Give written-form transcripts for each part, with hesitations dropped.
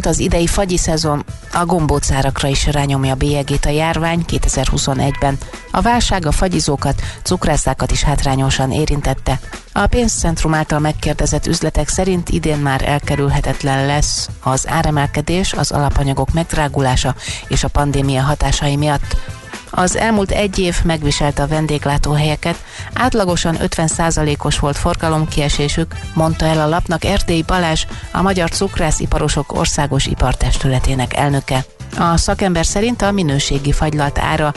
az idei fagyi szezon, a gombócárakra is rányomja bélyegét a járvány 2021-ben. A válság a fagyizókat, cukrászákat is hátrányosan érintette. A pénzcentrum által megkérdezett üzletek szerint idén már elkerülhetetlen lesz az áremelkedés, az alapanyagok megdrágulása és a pandémia hatásai miatt. Az elmúlt egy év megviselte a vendéglátóhelyeket, átlagosan 50%-os volt forgalomkiesésük, mondta el a lapnak Erdélyi Balázs, a Magyar Cukrásziparosok Országos Ipartestületének elnöke. A szakember szerint a minőségi fagylalt ára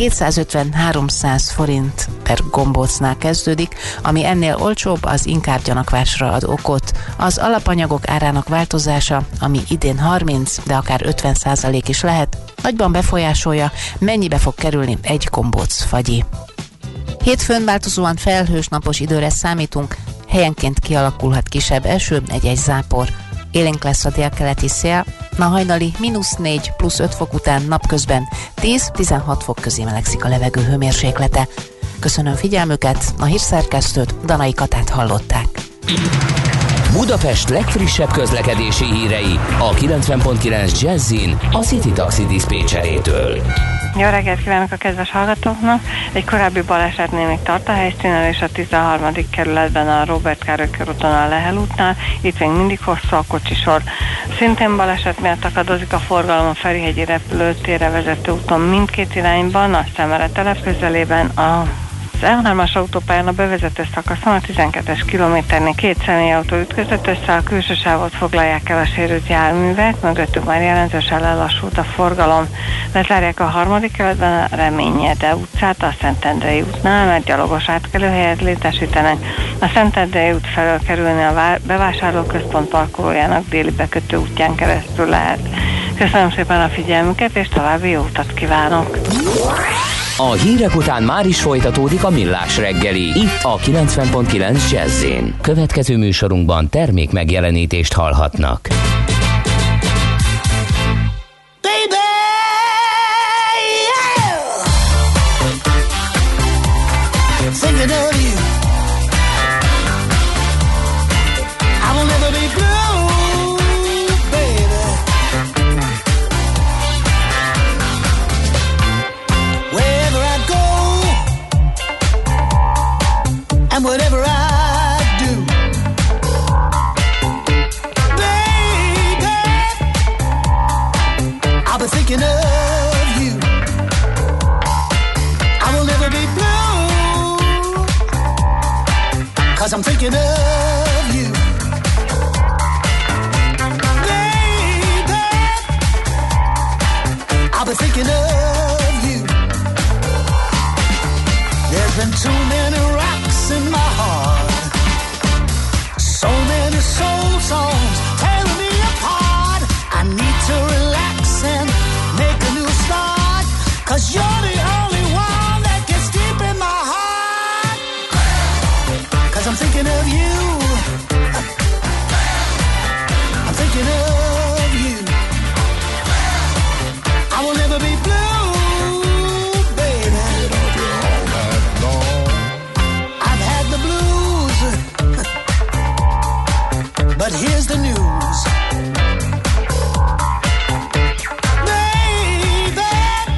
250-300 forint per gombócnál kezdődik, ami ennél olcsóbb, az inkább gyanakvásra ad okot. Az alapanyagok árának változása, ami idén 30, de akár 50% is lehet, nagyban befolyásolja, mennyibe fog kerülni egy gombóc fagyi. Hétfőn változóan felhős napos időre számítunk, helyenként kialakulhat kisebb eső, egy-egy zápor. Élénk lesz a délkeleti szél, ma hajnali -4 plusz 5 fok után napközben 10-16 fok közé melegszik a levegő hőmérséklete. Köszönöm figyelmüket, a hírszerkesztőt, Danai Katát hallották. Budapest legfrissebb közlekedési hírei a 90.9 Jazzin a City Taxi diszpécserétől. Jó reggelt kívánok a kedves hallgatóknak! Egy korábbi balesetnél még tart a helyszínen, és a 13. kerületben a Róbert Károly körúton a Lehel útnál. Itt még mindig hosszú a kocsisor. Szintén baleset miatt akadozik a forgalom a Ferihegyi repülőtérre vezető úton mindkét irányban, a Szemere telep közelében, az M3-as autópályán a bevezető szakaszon a 12-es kilométernél két személyautó ütközött össze, a külső sávot foglalják el a sérült járművek, mögöttük már jelentősen lelassult a forgalom. Lezárják a 3. kerületben a Reményede utcát a Szentendrei útnál, mert gyalogos átkelőhelyet létesítenek. A Szentendrei út felől kerülni a bevásárlóközpont parkolójának déli bekötő útján keresztül lehet. Köszönöm szépen a figyelmüket, és további jó utat kívánok! A hírek után már is folytatódik a Millás reggeli, itt a 90.9 Jazz-én. Következő műsorunkban termék megjelenítést hallhatnak. Whatever I do, baby, I'll be thinking of you. I will never be blue, 'cause I'm thinking of you. Baby, I'll be thinking of you. There's been too many rocks in my heart, so many soul songs tearing me apart. I need to relax and make a new start, 'cause you're the only one that gets deep in my heart. 'Cause I'm thinking of you. I'm thinking of you. I will never be blue. But here's the news, baby,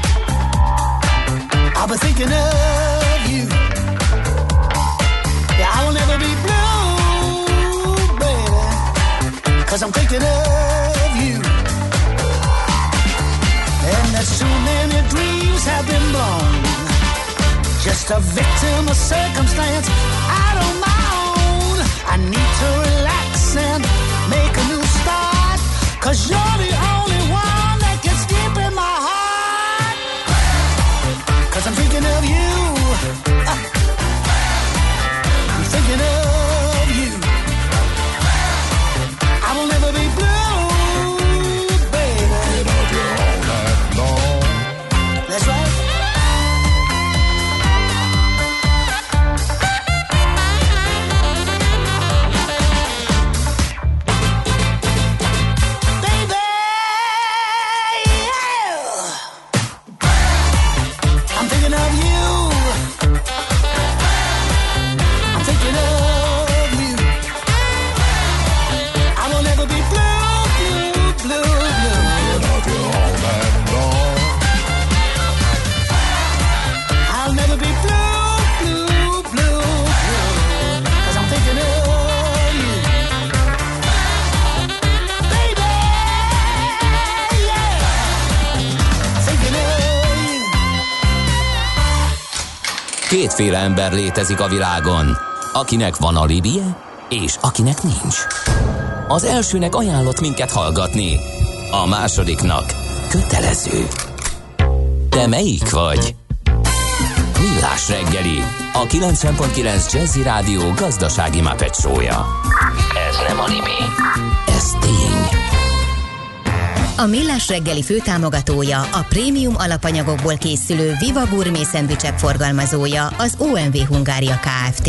I'll be thinking of you. Yeah, I will never be blue, baby, 'cause I'm thinking of you. And there's too many dreams have been blown, just a victim of circumstance out on my own. I need to relax and make a new start, 'cause you're the only one that gets deep in my heart. 'Cause I'm thinking of you. I'm thinking of you. I will never be blue, baby. That's right. Baby, Kétféle ember létezik a világon, akinek van alibije, és akinek nincs. Az elsőnek ajánlott minket hallgatni, a másodiknak kötelező. Te melyik vagy? Millás reggeli, a 90.9 Jazzy Rádió gazdasági Muppet show-ja. Ez nem anime, ez tény. A Millás reggeli főtámogatója, a prémium alapanyagokból készülő Viva Gourmet szendvicsek forgalmazója, az OMV Hungária Kft.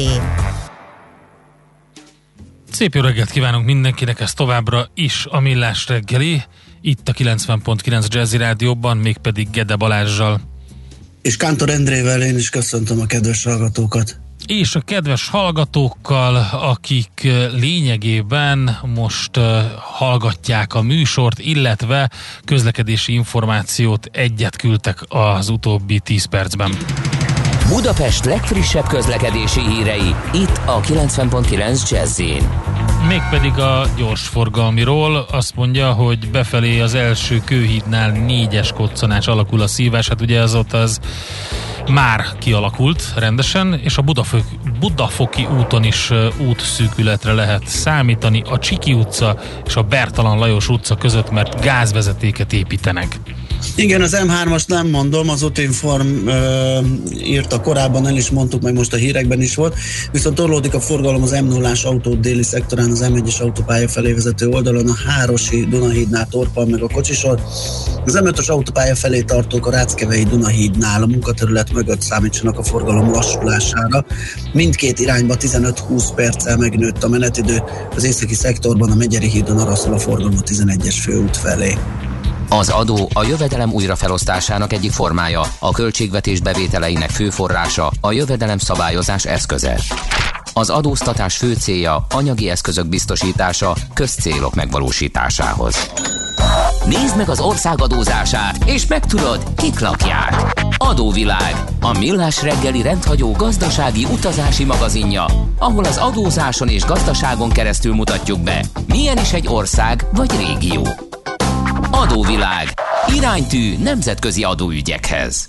Szép jó reggelt kívánunk mindenkinek, ez továbbra is a Millás reggeli, itt a 90.9 Jazzy Rádióban, mégpedig Gede Balázssal. És Kántor Endrével én is köszöntöm a kedves hallgatókat. És a kedves hallgatókkal, akik lényegében most hallgatják a műsort, illetve közlekedési információt egyet küldtek az utóbbi 10 percben. Budapest legfrissebb közlekedési hírei, itt a 90.9 Jazz-in. Mégpedig a gyorsforgalmiról azt mondja, hogy befelé az első kőhídnál 4-es koccanás alakul a szívás, hát ugye azóta az már kialakult rendesen, és a Budafoki úton is útszűkületre lehet számítani, a Csiki utca és a Bertalan Lajos utca között, mert gázvezetéket építenek. Igen, az M3-ast nem mondom, az Utinform írta korábban, el is mondtuk, meg most a hírekben is volt, viszont torlódik a forgalom az M0-ás autó déli szektorán, az M1-es autópálya felé vezető oldalon, a Hárosi Dunahídnál torpal meg a kocsisor, az M5-ös autópálya felé tartók a Ráckevei Dunahídnál, a munkaterület mögött számítsanak a forgalom lassulására. Mindkét irányba 15-20 perccel megnőtt a menetidő, az északi szektorban a Megyeri hídon arra szól a forgalom a 11-es főút felé. Az adó a jövedelem újrafelosztásának egyik formája, a költségvetés bevételeinek fő forrása, a jövedelem szabályozás eszköze. Az adóztatás fő célja anyagi eszközök biztosítása közcélok megvalósításához. Nézd meg az ország adózását, és megtudod, kik lakják. Adóvilág, a Millás reggeli rendhagyó gazdasági utazási magazinja, ahol az adózáson és gazdaságon keresztül mutatjuk be, milyen is egy ország vagy régió. Adóvilág. Iránytű nemzetközi adóügyekhez.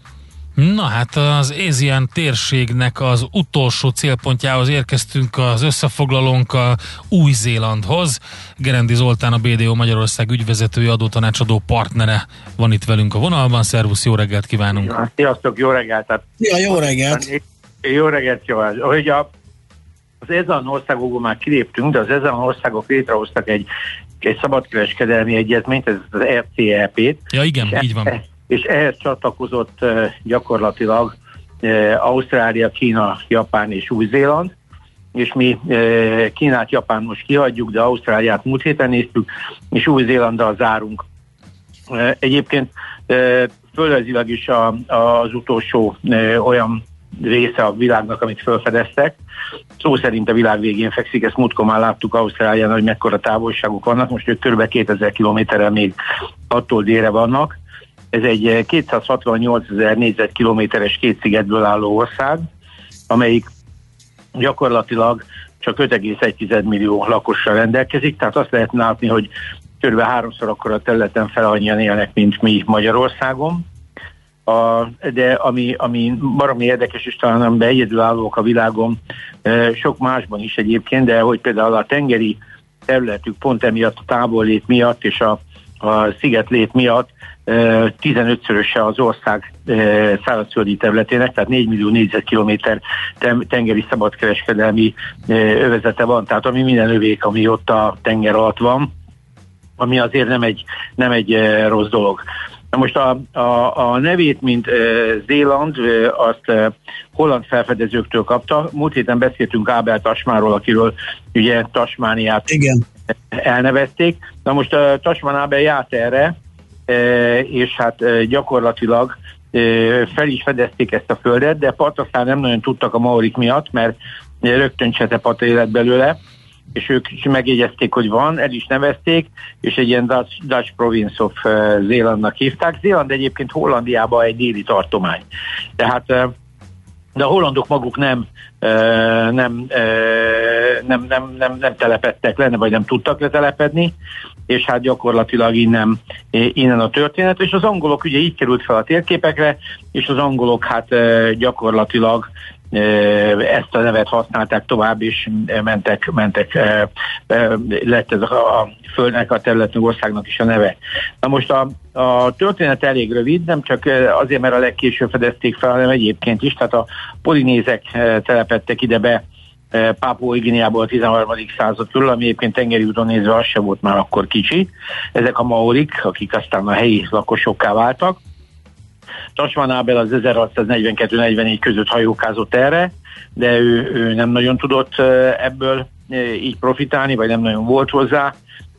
Na hát az ASEAN térségnek az utolsó célpontjához érkeztünk az összefoglalónkkal, Új-Zélandhoz. Gerendi Zoltán, a BDO Magyarország ügyvezetője, adótanácsadó partnere van itt velünk a vonalban. Szervusz, jó reggelt kívánunk! Ja, sziasztok, jó reggelt! Ja, jó reggelt! Jó reggelt, jó. Ahogy az ASEAN országokból már kiléptünk, de az ASEAN országok létrehoztak egy szabadkereskedelmi egyezményt, ez az RCEP-t. Ja, igen, így van. És ehhez csatlakozott gyakorlatilag Ausztrália, Kína, Japán és Új-Zéland, és mi Kínát, Japán most kihagyjuk, de Ausztráliát múlt héten néztük, és Új-Zélanddal zárunk. Egyébként földrajzilag is az utolsó olyan része a világnak, amit felfedeztek. Szó szerint a világ végén fekszik, ezt múltkor már láttuk Ausztrálián, hogy mekkora távolságok vannak, most ők kb. 2000 kilométerrel még attól délre vannak. Ez egy 268 000 négyzetkilométeres két szigetből álló ország, amelyik gyakorlatilag csak 5,1 millió lakossal rendelkezik, tehát azt lehet látni, hogy kb. 3-szor akkor a területen fel annyian élnek, mint mi Magyarországon. De ami baromi érdekes, és talán amiben egyedülállók a világon, sok másban is egyébként, de hogy például a tengeri területük pont emiatt a távollét miatt és a szigetlét miatt 15-szöröse az ország szárazföldi területének, tehát 4 millió négyzetkilométer tengeri szabadkereskedelmi övezete van, tehát ami minden övék, ami ott a tenger alatt van, ami azért nem egy rossz dolog. Na most a nevét, mint Zéland, azt holland felfedezőktől kapta. Múlt héten beszéltünk Ábel Tasmanról, akiről ugye Tasmániát elnevezték. Na most a Tasman Ábel járt erre, és hát gyakorlatilag fel is fedezték ezt a földet, de aztán nem nagyon tudtak a maorik miatt, mert rögtön csetepata élet belőle, és ők is megjegyezték, hogy van, el is nevezték, és egy ilyen Dutch Province of Zélandnak hívták. Zéland egyébként Hollandiában egy déli tartomány. Tehát de a hollandok maguk nem telepedtek le, vagy nem tudtak letelepedni, és hát gyakorlatilag innen a történet, és az angolok ugye így került fel a térképekre, és az angolok hát gyakorlatilag ezt a nevet használták tovább, és mentek lett ez a földnek, a területnek, országnak is a neve. Na most a történet elég rövid, nem csak azért, mert a legkésőbb fedezték fel, hanem egyébként is, tehát a polinézek telepedtek ide be Pápua Új-Guineából a 13. század körül, ami egyébként tengeri úton nézve az se volt már akkor kicsi. Ezek a maorik, akik aztán a helyi lakosokká váltak. Tasman Abel az 1642-44 között hajókázott erre, de ő nem nagyon tudott ebből így profitálni, vagy nem nagyon volt hozzá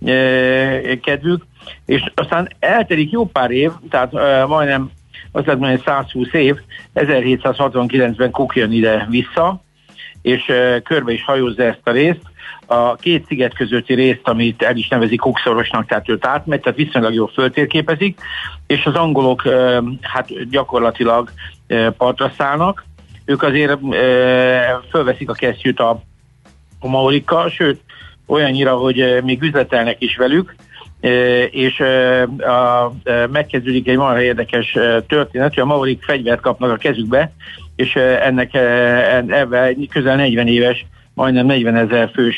kedvük. És aztán eltelik jó pár év, tehát majdnem azt lehet mondani 120 év, 1769-ben Cook jön ide vissza, és körbe is hajózza ezt a részt. A két sziget közötti részt, amit el is nevezik Cook-szorosnak, tehát őt átmegy, tehát viszonylag jól föltérképezik, és az angolok hát gyakorlatilag partra szállnak. Ők azért fölveszik a kesztyűt a maorikkal, sőt, olyannyira, hogy még üzletelnek is velük, és megkezdődik egy marha érdekes történet, hogy a maorik fegyvert kapnak a kezükbe, és ennek közel 40 éves, majdnem 40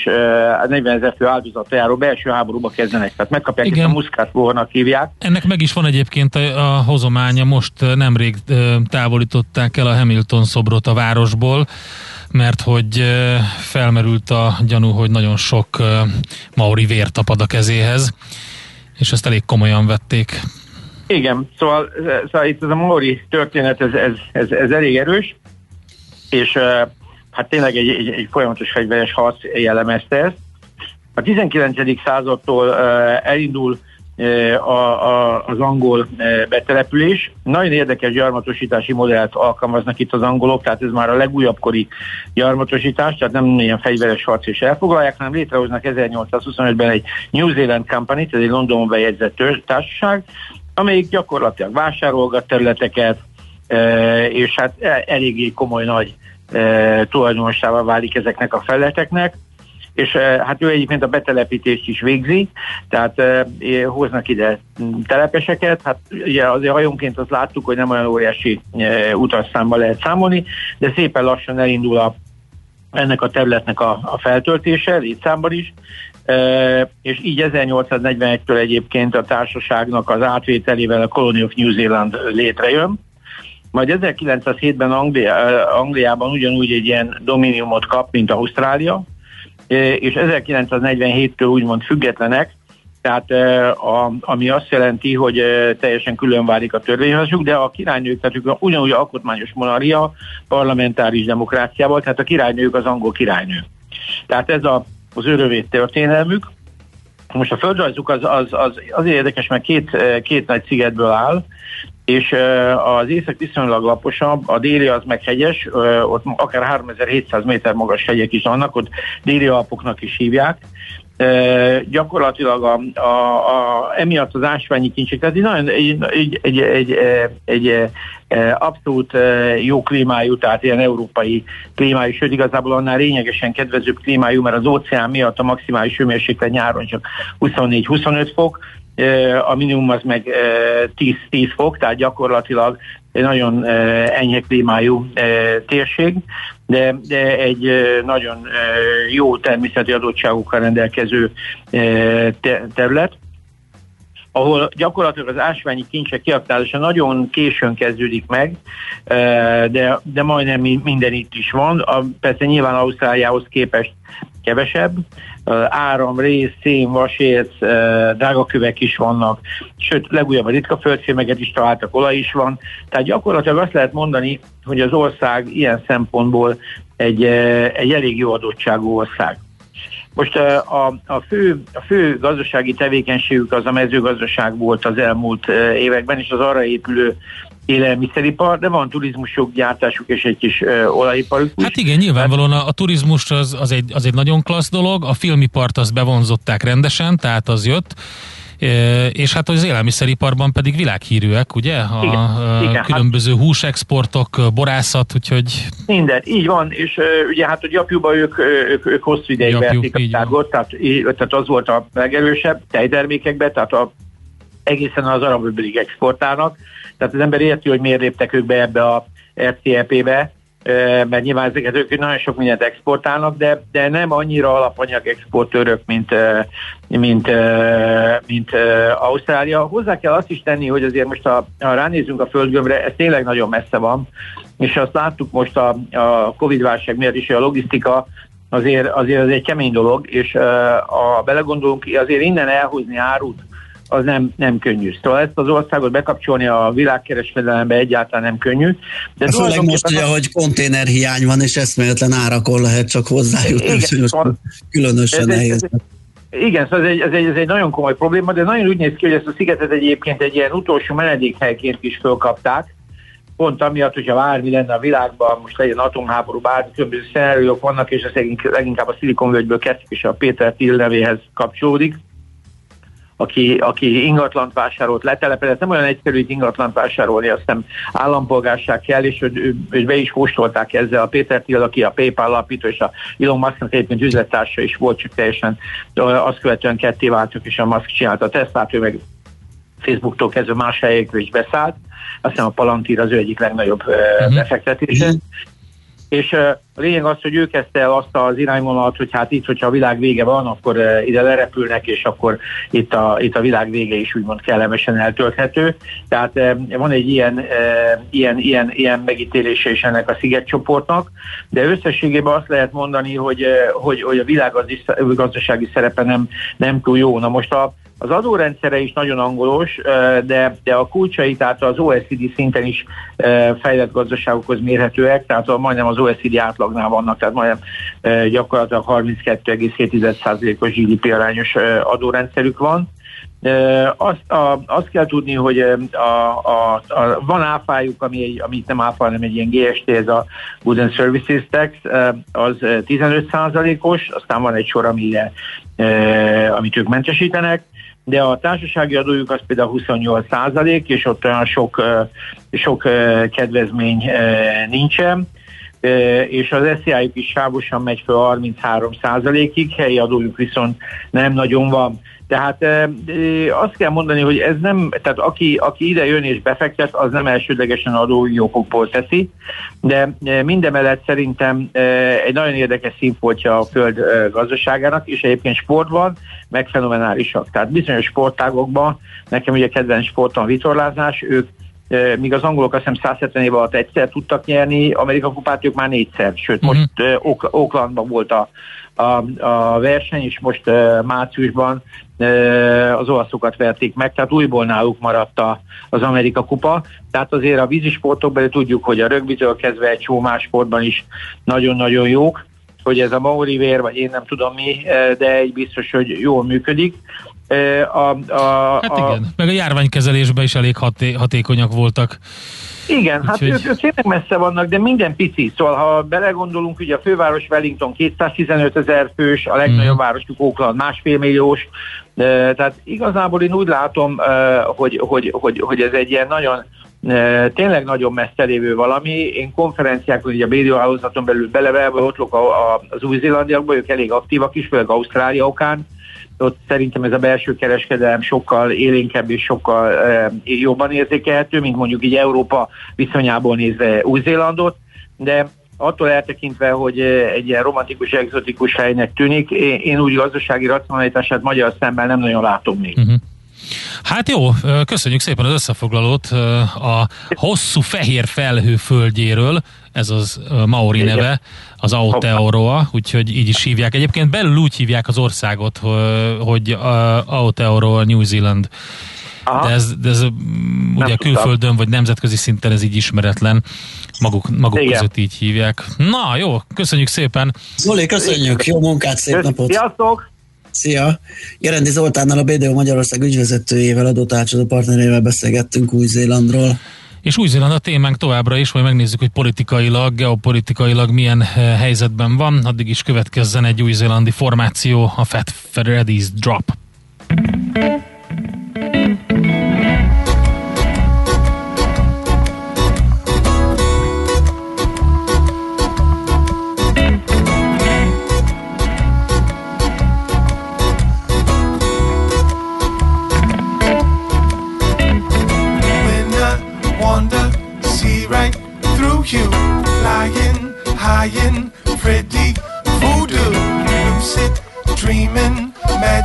000 fő áldozatra járó belső háborúba kezdenek, tehát megkapják. Igen. Ezt a Muscat Warnak hívják. Ennek meg is van egyébként a hozománya, most nemrég távolították el a Hamilton szobrot a városból, mert hogy felmerült a gyanú, hogy nagyon sok maori vér tapad a kezéhez, és ezt elég komolyan vették. Igen, szóval itt ez a maori történet, ez elég erős, és hát tényleg egy folyamatos fegyveres harc jellemezte ezt. A 19. századtól elindul az angol betelepülés. Nagyon érdekes gyarmatosítási modellt alkalmaznak itt az angolok, tehát ez már a legújabb kori gyarmatosítás, tehát nem ilyen fegyveres harc és elfoglalják, hanem létrehoznak 1825-ben egy New Zealand Company, ez egy Londonban bejegyzett társaság, amelyik gyakorlatilag vásárolgat területeket, és hát eléggé komoly nagy tulajdonossává válik ezeknek a felületeknek, és hát ő egyébként a betelepítést is végzi, tehát hoznak ide telepeseket, hát ugye azért hajónként azt láttuk, hogy nem olyan óriási utasszámmal lehet számolni, de szépen lassan elindul ennek a területnek a feltöltése, létszámban is, és így 1841-től egyébként a társaságnak az átvételével a Colony of New Zealand létrejön. Majd 1907-ben Angliában ugyanúgy egy ilyen dominiumot kap, mint Ausztrália, és 1947-től úgymond függetlenek, tehát ami azt jelenti, hogy teljesen külön válik a törvényhozásuk, de a királynők, tehát ők ugyanúgy alkotmányos monarchia, parlamentáris demokráciával, tehát a királynők az angol királynő. Tehát ez az ő rövid történelmük. Most a földrajzuk az érdekes, mert két nagy szigetből áll, és az észak viszonylag laposabb, a déli az meg hegyes, ott akár 3700 méter magas hegyek is vannak, ott déli Alpoknak is hívják. Gyakorlatilag emiatt az ásványi kincsek, tehát egy abszolút jó klímájú, tehát ilyen európai klímájú, sőt igazából annál lényegesen kedvezőbb klímájú, mert az óceán miatt a maximális hőmérséklet nyáron csak 24-25 fok, a minimum az meg 10 fok, tehát gyakorlatilag egy nagyon enyhe klímájú térség, de egy nagyon jó természeti adottságokkal rendelkező terület, ahol gyakorlatilag az ásványi kincsek kiaknázása nagyon későn kezdődik meg, de majdnem minden itt is van. Persze nyilván Ausztráliához képest kevesebb. Áram, rész, szén, vasérc, drágakövek is vannak, sőt, legújabb a ritka földfémeket is találtak, olaj is van. Tehát gyakorlatilag azt lehet mondani, hogy az ország ilyen szempontból egy elég jó adottságú ország. Most a fő gazdasági tevékenységük az a mezőgazdaság volt az elmúlt években, és az arra épülő élelmiszeripar, de van turizmusok, gyártásuk és egy kis olajiparuk. Hát igen, nyilvánvalóan a turizmus az egy nagyon klassz dolog, a filmipart azt bevonzották rendesen, tehát az jött, És hát az élelmiszeriparban pedig világhírűek, ugye? Igen, Különböző húsexportok, borászat, úgyhogy... Minden, így van, és ugye hát a gyapjúban ők hosszú ideig verték a tárgot, tehát az volt a legerősebb tejtermékekben, tehát egészen az arab öbölig exportálnak, tehát az ember érti, hogy miért léptek ők be ebbe a RCEP-be, mert nyilván ezeket ők nagyon sok mindent exportálnak, de nem annyira alapanyag exportőrök, mint Ausztrália. Hozzá kell azt is tenni, hogy azért most ha ránézünk a földgömbre, ez tényleg nagyon messze van, és azt láttuk most a Covid-válság miatt is, hogy a logisztika azért az egy kemény dolog, és ha belegondolunk, azért innen elhúzni árut, az nem könnyű. Szóval ezt az országot bekapcsolni a világkereskedelembe egyáltalán nem könnyű. De főleg most ugye, hogy konténerhiány van, és eszméletlen árakon lehet csak hozzájutni, különösen nehéz. Igen, szóval ez egy nagyon komoly probléma, de nagyon úgy néz ki, hogy ezt a szigetet egyébként egy ilyen utolsó menedékhelyként is fölkapták, pont amiatt, hogyha bármi lenne a világban, most legyen atomháború, bármi különböző szenáriók vannak, és ez leginkább a Szilikonvölgyből kezdjük, és a Péter Thiel nevéhez kapcsolódik, aki ingatlant vásárolt, letelepedett, nem olyan egyszerű itt ingatlant vásárolni, aztán állampolgárság kell, és őt be is kóstolták ezzel. A Péter Thiel, aki a PayPal alapító, és a Elon Musknak egyébként üzlettársa is volt, csak teljesen azt követően ketté váltak, és a Musk csinálta a Teslát, ő meg Facebooktól kezdve más helyekről is beszállt. Aztán a Palantir az ő egyik legnagyobb befektetése. És a lényeg az, hogy ő kezdte el azt az irányvonalat, hogy hát itt, hogyha a világ vége van, akkor ide lerepülnek, és akkor itt a világ vége is úgymond kellemesen eltölthető. Tehát van egy ilyen megítélése is ennek a szigetcsoportnak, de összességében azt lehet mondani, hogy a világ gazdasági szerepe nem túl jó. Na most az adórendszere is nagyon angolos, de a kulcsai, tehát az OECD szinten is fejlett gazdaságokhoz mérhetőek, tehát majdnem az OECD átlagnál vannak, tehát majdnem gyakorlatilag 32,7%-os GDP arányos adórendszerük van. Azt kell tudni, hogy van áfájuk, ami nem áfa, hanem egy ilyen GST, ez a Goods and Services Tax, az 15%-os, aztán van egy sor, amit ők mentesítenek, de a társasági adójuk az például 28%, és ott olyan sok kedvezmény nincsen, és az SZIA-juk is sávosan megy fel 33%-ig, helyi adójuk viszont nem nagyon van. Tehát azt kell mondani, hogy ez nem, tehát aki ide jön és befektet, az nem elsődlegesen adói okokból teszi, de mindemellett szerintem egy nagyon érdekes színfoltja a föld gazdaságának, és egyébként sportban meg fenomenálisak. Tehát bizonyos sportágokban, nekem ugye kedvenc sportom a vitorlázás, ők míg az angolok azt hiszem 170 év alatt egyszer tudtak nyerni, Amerika kupát ők már 4-szer, sőt most Oaklandban volt a verseny, és most márciusban az olaszokat verték meg, tehát újból náluk maradt az Amerika kupa. Tehát azért a vízisportokban tudjuk, hogy a rögbitől kezdve egy csomó más sportban is nagyon-nagyon jók, hogy ez a Maori vér, vagy én nem tudom mi, de egy biztos, hogy jól működik. Igen, meg a járványkezelésben is elég hatékonyak voltak. Igen, hát ők tényleg messze vannak, de minden pici. Szóval ha belegondolunk, ugye a főváros Wellington 215 000 fős, a legnagyobb városuk Auckland 1,5 milliós, tehát igazából én úgy látom, hogy ez egy ilyen nagyon tényleg nagyon messze lévő valami. Én konferenciákon, ugye a médiahálózaton belül belevelve, ott az új-zélandiakban, ők elég aktívak is, főleg Ausztrália okán. Ott szerintem ez a belső kereskedelem sokkal élénkebb és sokkal jobban érzékelhető, mint mondjuk így Európa viszonyából nézve Új-Zélandot, de attól eltekintve, hogy egy ilyen romantikus, egzotikus helynek tűnik, én úgy gazdasági racionalitását magyar szemben nem nagyon látom még. Hát jó, köszönjük szépen az összefoglalót a hosszú fehér felhő földjéről, ez az maori neve, az Aotearoa, úgyhogy így is hívják. Egyébként belül úgy hívják az országot, hogy Aotearoa New Zealand. De ez ugye külföldön vagy nemzetközi szinten ez így ismeretlen. Maguk között így hívják. Na jó, köszönjük szépen. Zoli, köszönjük, jó munkát, szép napot. Sziasztok! Szia! Gerendi Zoltánnal, a BDO Magyarország ügyvezetőjével, adótanácsadó partnerével beszélgettünk Új-Zélandról. És Új-Zéland a témánk továbbra is, majd megnézzük, hogy politikailag, geopolitikailag milyen helyzetben van. Addig is következzen egy új-zélandi formáció, a Fat Freddy's Drop.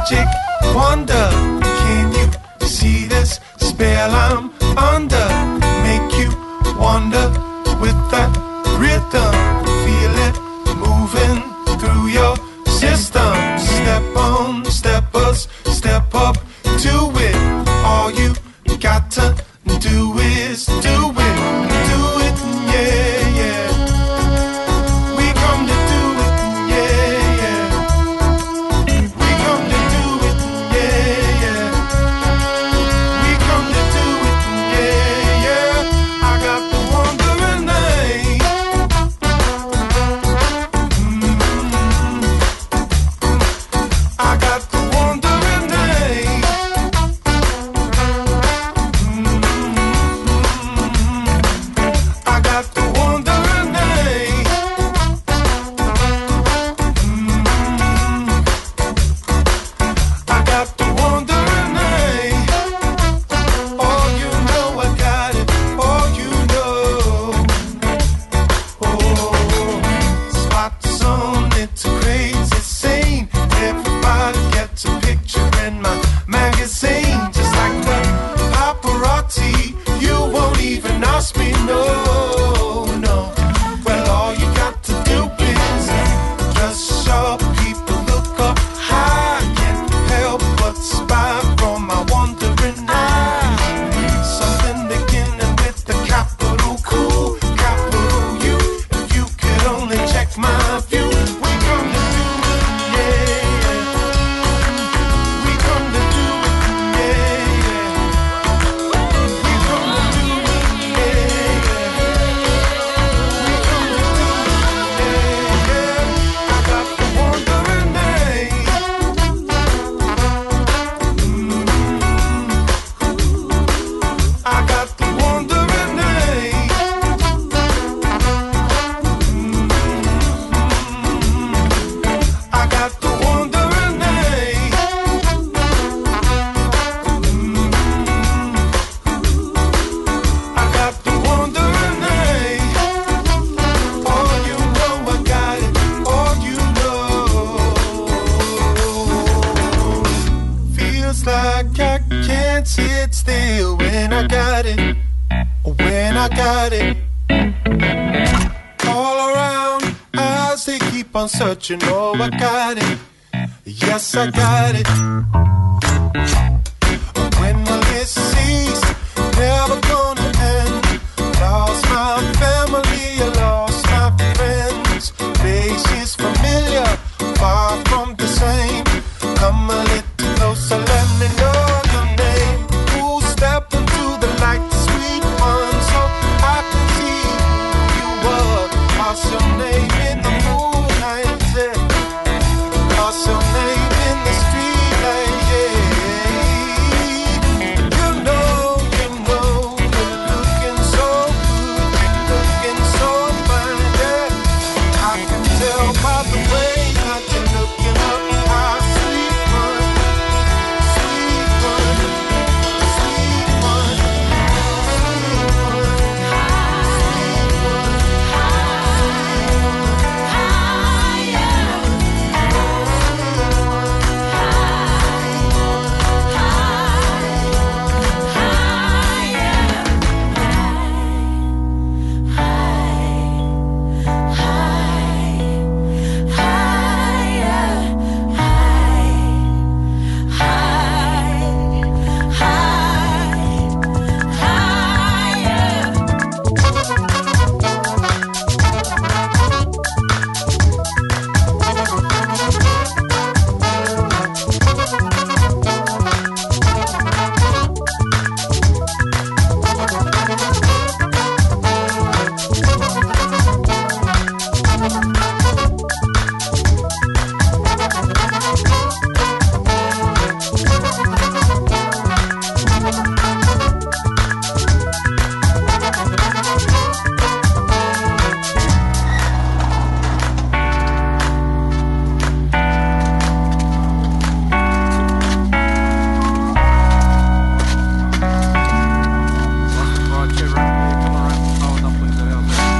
magic wonder. Can you see this spell I'm under? Make you wonder with that rhythm. Feel it moving through your system. Step on, steppers, step up to it. All you got to do is do it, yeah, yeah. We come to do it, yeah, yeah. We come to do it, yeah, yeah. We come to do it, yeah, yeah. I got the wandering name. I got the wandering name. I got the wandering name. I got the wandering name. Oh, you know I got it. Oh, you know. Oh, spot the zone, it's a crazy scene. Everybody gets a picture in my magazine. Just like the paparazzi, you won't even ask me, no, no. Well, all you got to do is just sharp, people look up high. Can't help but spy from my wandering eye. Something beginning with the capital Q, capital U. If you could only check my view. We come to do it, yeah, yeah. We come to do it, yeah, yeah. We come to do it, yeah, yeah. We come to do it, yeah, yeah. I got the wandering name. I got the wandering name. I got the wandering name. I got the wandering name. Oh, you know I got it. Oh, you know. Feels like I can't sit still when I got it. When I got it. All around, eyes they keep on searching. Oh, I got it. Yes, I got it. When the list cease, never gonna end. Lost my family, I lost my friends. Faces familiar, far from the same. Come a little closer, let me know your name. Who'll step into the light, the sweet one, so I can see who you were. What's your name in the moonlight? Yeah. What's your name in the streetlight? Yeah. You know, you're looking so good, looking so fine. Yeah. I can tell by the way that you're looking up. Ah, sweet one, sweet one, sweet one,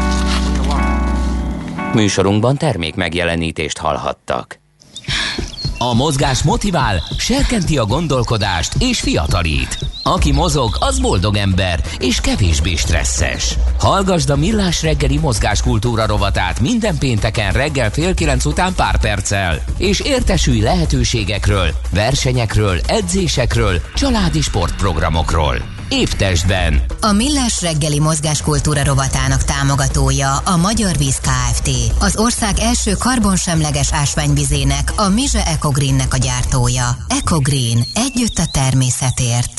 Műsorunkban termék megjelenítést hallhattak. A mozgás motivál, serkenti a gondolkodást és fiatalít. Aki mozog, az boldog ember és kevésbé stresszes. Hallgasd a Millás reggeli mozgáskultúra rovatát minden pénteken reggel 8:30 után pár perccel, és értesülj lehetőségekről, versenyekről, edzésekről, családi sportprogramokról. Épp testben. A Millás reggeli mozgáskultúra rovatának támogatója a Magyar Víz Kft. Az ország első karbonsemleges ásványvizének, a Mize Ecogreennek a gyártója. Ecogreen. Együtt a természetért.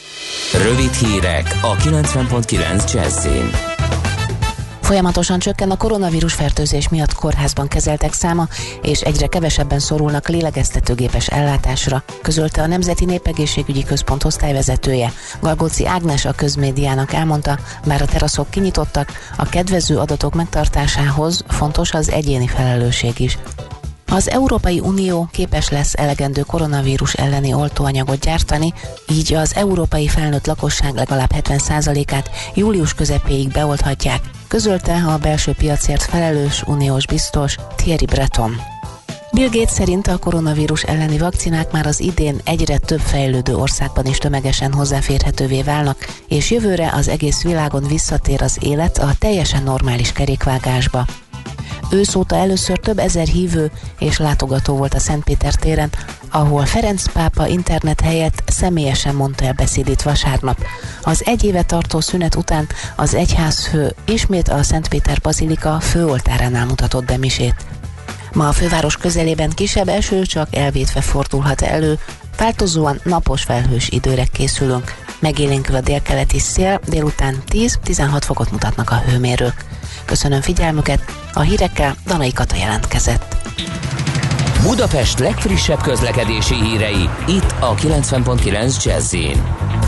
Rövid hírek a 90.9 Jazzin. Folyamatosan csökken a koronavírus fertőzés miatt kórházban kezeltek száma, és egyre kevesebben szorulnak lélegeztetőgépes ellátásra, közölte a Nemzeti Népegészségügyi Központ osztályvezetője. Galgóci Ágnes a Közmédiának elmondta, bár a teraszok kinyitottak, a kedvező adatok megtartásához fontos az egyéni felelősség is. Az Európai Unió képes lesz elegendő koronavírus elleni oltóanyagot gyártani, így az európai felnőtt lakosság legalább 70%-át július közepéig beolthatják, közölte a belső piacért felelős uniós biztos Thierry Breton. Bill Gates szerint a koronavírus elleni vakcinák már az idén egyre több fejlődő országban is tömegesen hozzáférhetővé válnak, és jövőre az egész világon visszatér az élet a teljesen normális kerékvágásba. Ősz óta először több ezer hívő és látogató volt a Szentpéter téren, ahol Ferenc pápa internet helyett személyesen mondta el beszédét vasárnap. Az egy éve tartó szünet után az egyházfő ismét a Szentpéter bazilika főoltáránál mutatott be misét. Ma a főváros közelében kisebb eső csak elvétve fordulhat elő, változóan napos felhős időre készülünk. Megélénkül a délkeleti szél, délután 10-16 fokot mutatnak a hőmérők. Köszönöm figyelmüket, a hírekkel Danai Kata jelentkezett. Budapest legfrissebb közlekedési hírei, itt a 90.9 Jazz-in.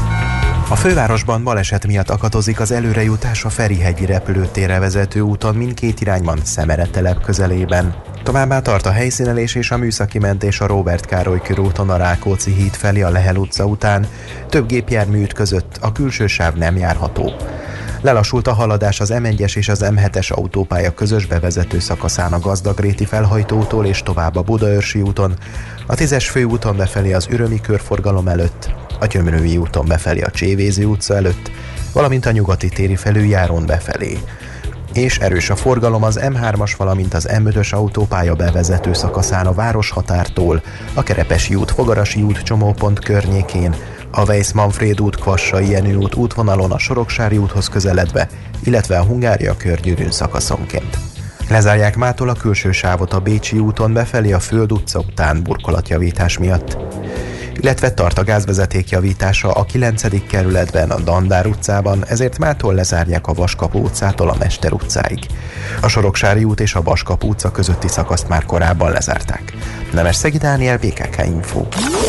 A fővárosban baleset miatt akadozik az előrejutás a Ferihegyi repülőtérre vezető úton mindkét irányban Szemeretelep közelében. Továbbá tart a helyszínelés és a műszaki mentés a Róbert Károly körúton a Rákóczi híd felé a Lehel utca után. Több gépjármű ütközött, a külső sáv nem járható. Lelassult a haladás az M1-es és az M7-es autópálya közös bevezető szakaszán a Gazdagréti felhajtótól és tovább a Budaörsi úton, a 10-es főúton befelé az Ürömi körforgalom előtt, a Gyömrői úton befelé a Csévézi utca előtt, valamint a Nyugati téri felüljárón befelé. És erős a forgalom az M3-as, valamint az M5-ös autópálya bevezető szakaszán a Városhatártól, a Kerepesi út, Fogarasi út csomópont környékén, a Weiss-Manfréd út, Kvassai Jenő út útvonalon a Soroksári úthoz közeledve, illetve a Hungária körgyűrűn szakaszonként. Lezárják mától a külső sávot a Bécsi úton befelé a Föld utca után burkolatjavítás miatt. Illetve tart a gázvezeték javítása a 9. kerületben, a Dandár utcában, ezért mától lezárják a Vaskapu utcától a Mester utcáig. A Soroksári út és a Vaskapu utca közötti szakaszt már korábban lezárták. Nemesszegi Dániel, BKK Info.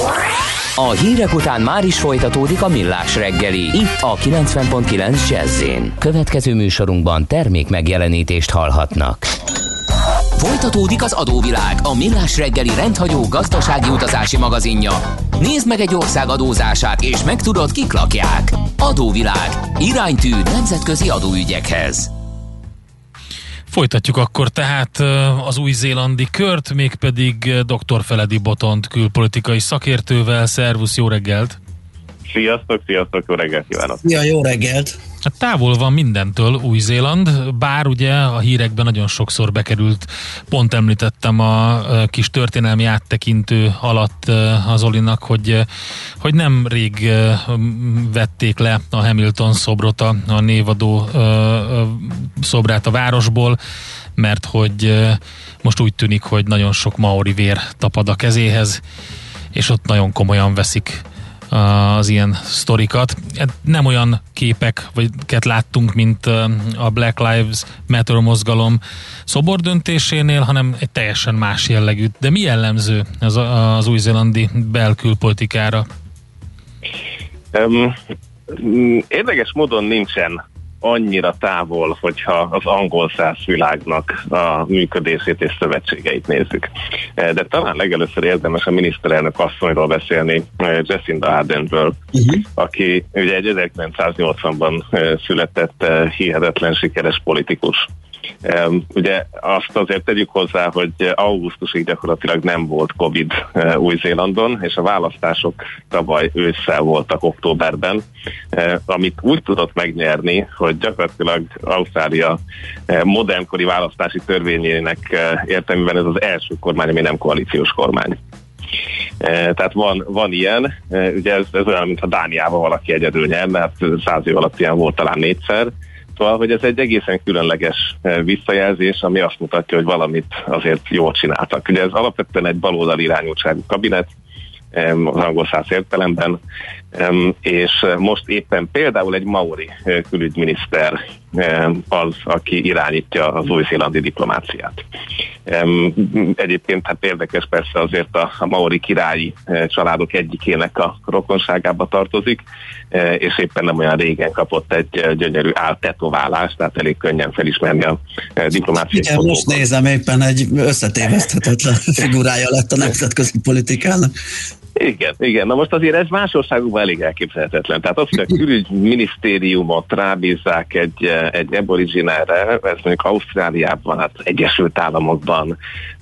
A hírek után már is folytatódik a Millás reggeli, itt a 90.9 Jazz-in. Következő műsorunkban termék megjelenítést hallhatnak. Folytatódik az adóvilág, a Millás reggeli rendhagyó gazdasági utazási magazinja. Nézd meg egy ország adózását, és megtudod, kik lakják. Adóvilág. Iránytű nemzetközi adóügyekhez. Folytatjuk akkor tehát az új-zélandi kört, mégpedig dr. Feledi Botont külpolitikai szakértővel. Szervusz, jó reggelt! Sziasztok, jó reggelt kívánok! Ja, jó reggelt! Hát távol van mindentől Új-Zéland, bár ugye a hírekben nagyon sokszor bekerült, pont említettem a kis történelmi áttekintő alatt az Olinak, hogy nem rég vették le a Hamilton szobrot, a névadó szobrát a városból, mert hogy most úgy tűnik, hogy nagyon sok maori vér tapad a kezéhez, és ott nagyon komolyan veszik az ilyen sztorikat. Nem olyan képeket láttunk, mint a Black Lives Matter mozgalom szobordöntésénél, hanem egy teljesen más jellegű. De mi jellemző az új-zélandi belkülpolitikára? Érdekes módon nincsen annyira távol, hogyha az angol száz világnak a működését és szövetségeit nézzük. De talán legelőször érdemes a miniszterelnök asszonyról beszélni, Jacinda Ardernről, aki ugye egy 1980-ban született hihetetlen sikeres politikus, Ugye azt azért tegyük hozzá, hogy augusztusig gyakorlatilag nem volt Covid Új-Zélandon, és a választások tavaly ősszel voltak októberben, amit úgy tudott megnyerni, hogy gyakorlatilag Ausztrália modernkori választási törvényének értelmében ez az első kormány, ami nem koalíciós kormány. Tehát van ilyen, ugye ez olyan, mintha Dániában valaki egyedül nyerne, hát 100 év alatt ilyen volt talán 4-szer, szóval, hogy ez egy egészen különleges visszajelzés, ami azt mutatja, hogy valamit azért jól csináltak. Ugye ez alapvetően egy baloldali irányultságú kabinet, az angol száz értelemben, és most éppen például egy maori külügyminiszter az, aki irányítja az új-zélandi diplomáciát. Egyébként hát érdekes persze azért a maori királyi családok egyikének a rokonságába tartozik, és éppen nem olyan régen kapott egy gyönyörű áltetoválást, tehát elég könnyen felismerni a diplomáciai. Igen, most nézem, éppen egy összetéveszthetetlen figurája lett a nemzetközi politikának. Igen. Na most azért ez más országokban elég elképzelhetetlen. Tehát az, hogy a külügyminisztériumot rábízzák egy aboriginálre, ez mondjuk Ausztráliában, hát Egyesült Államokban,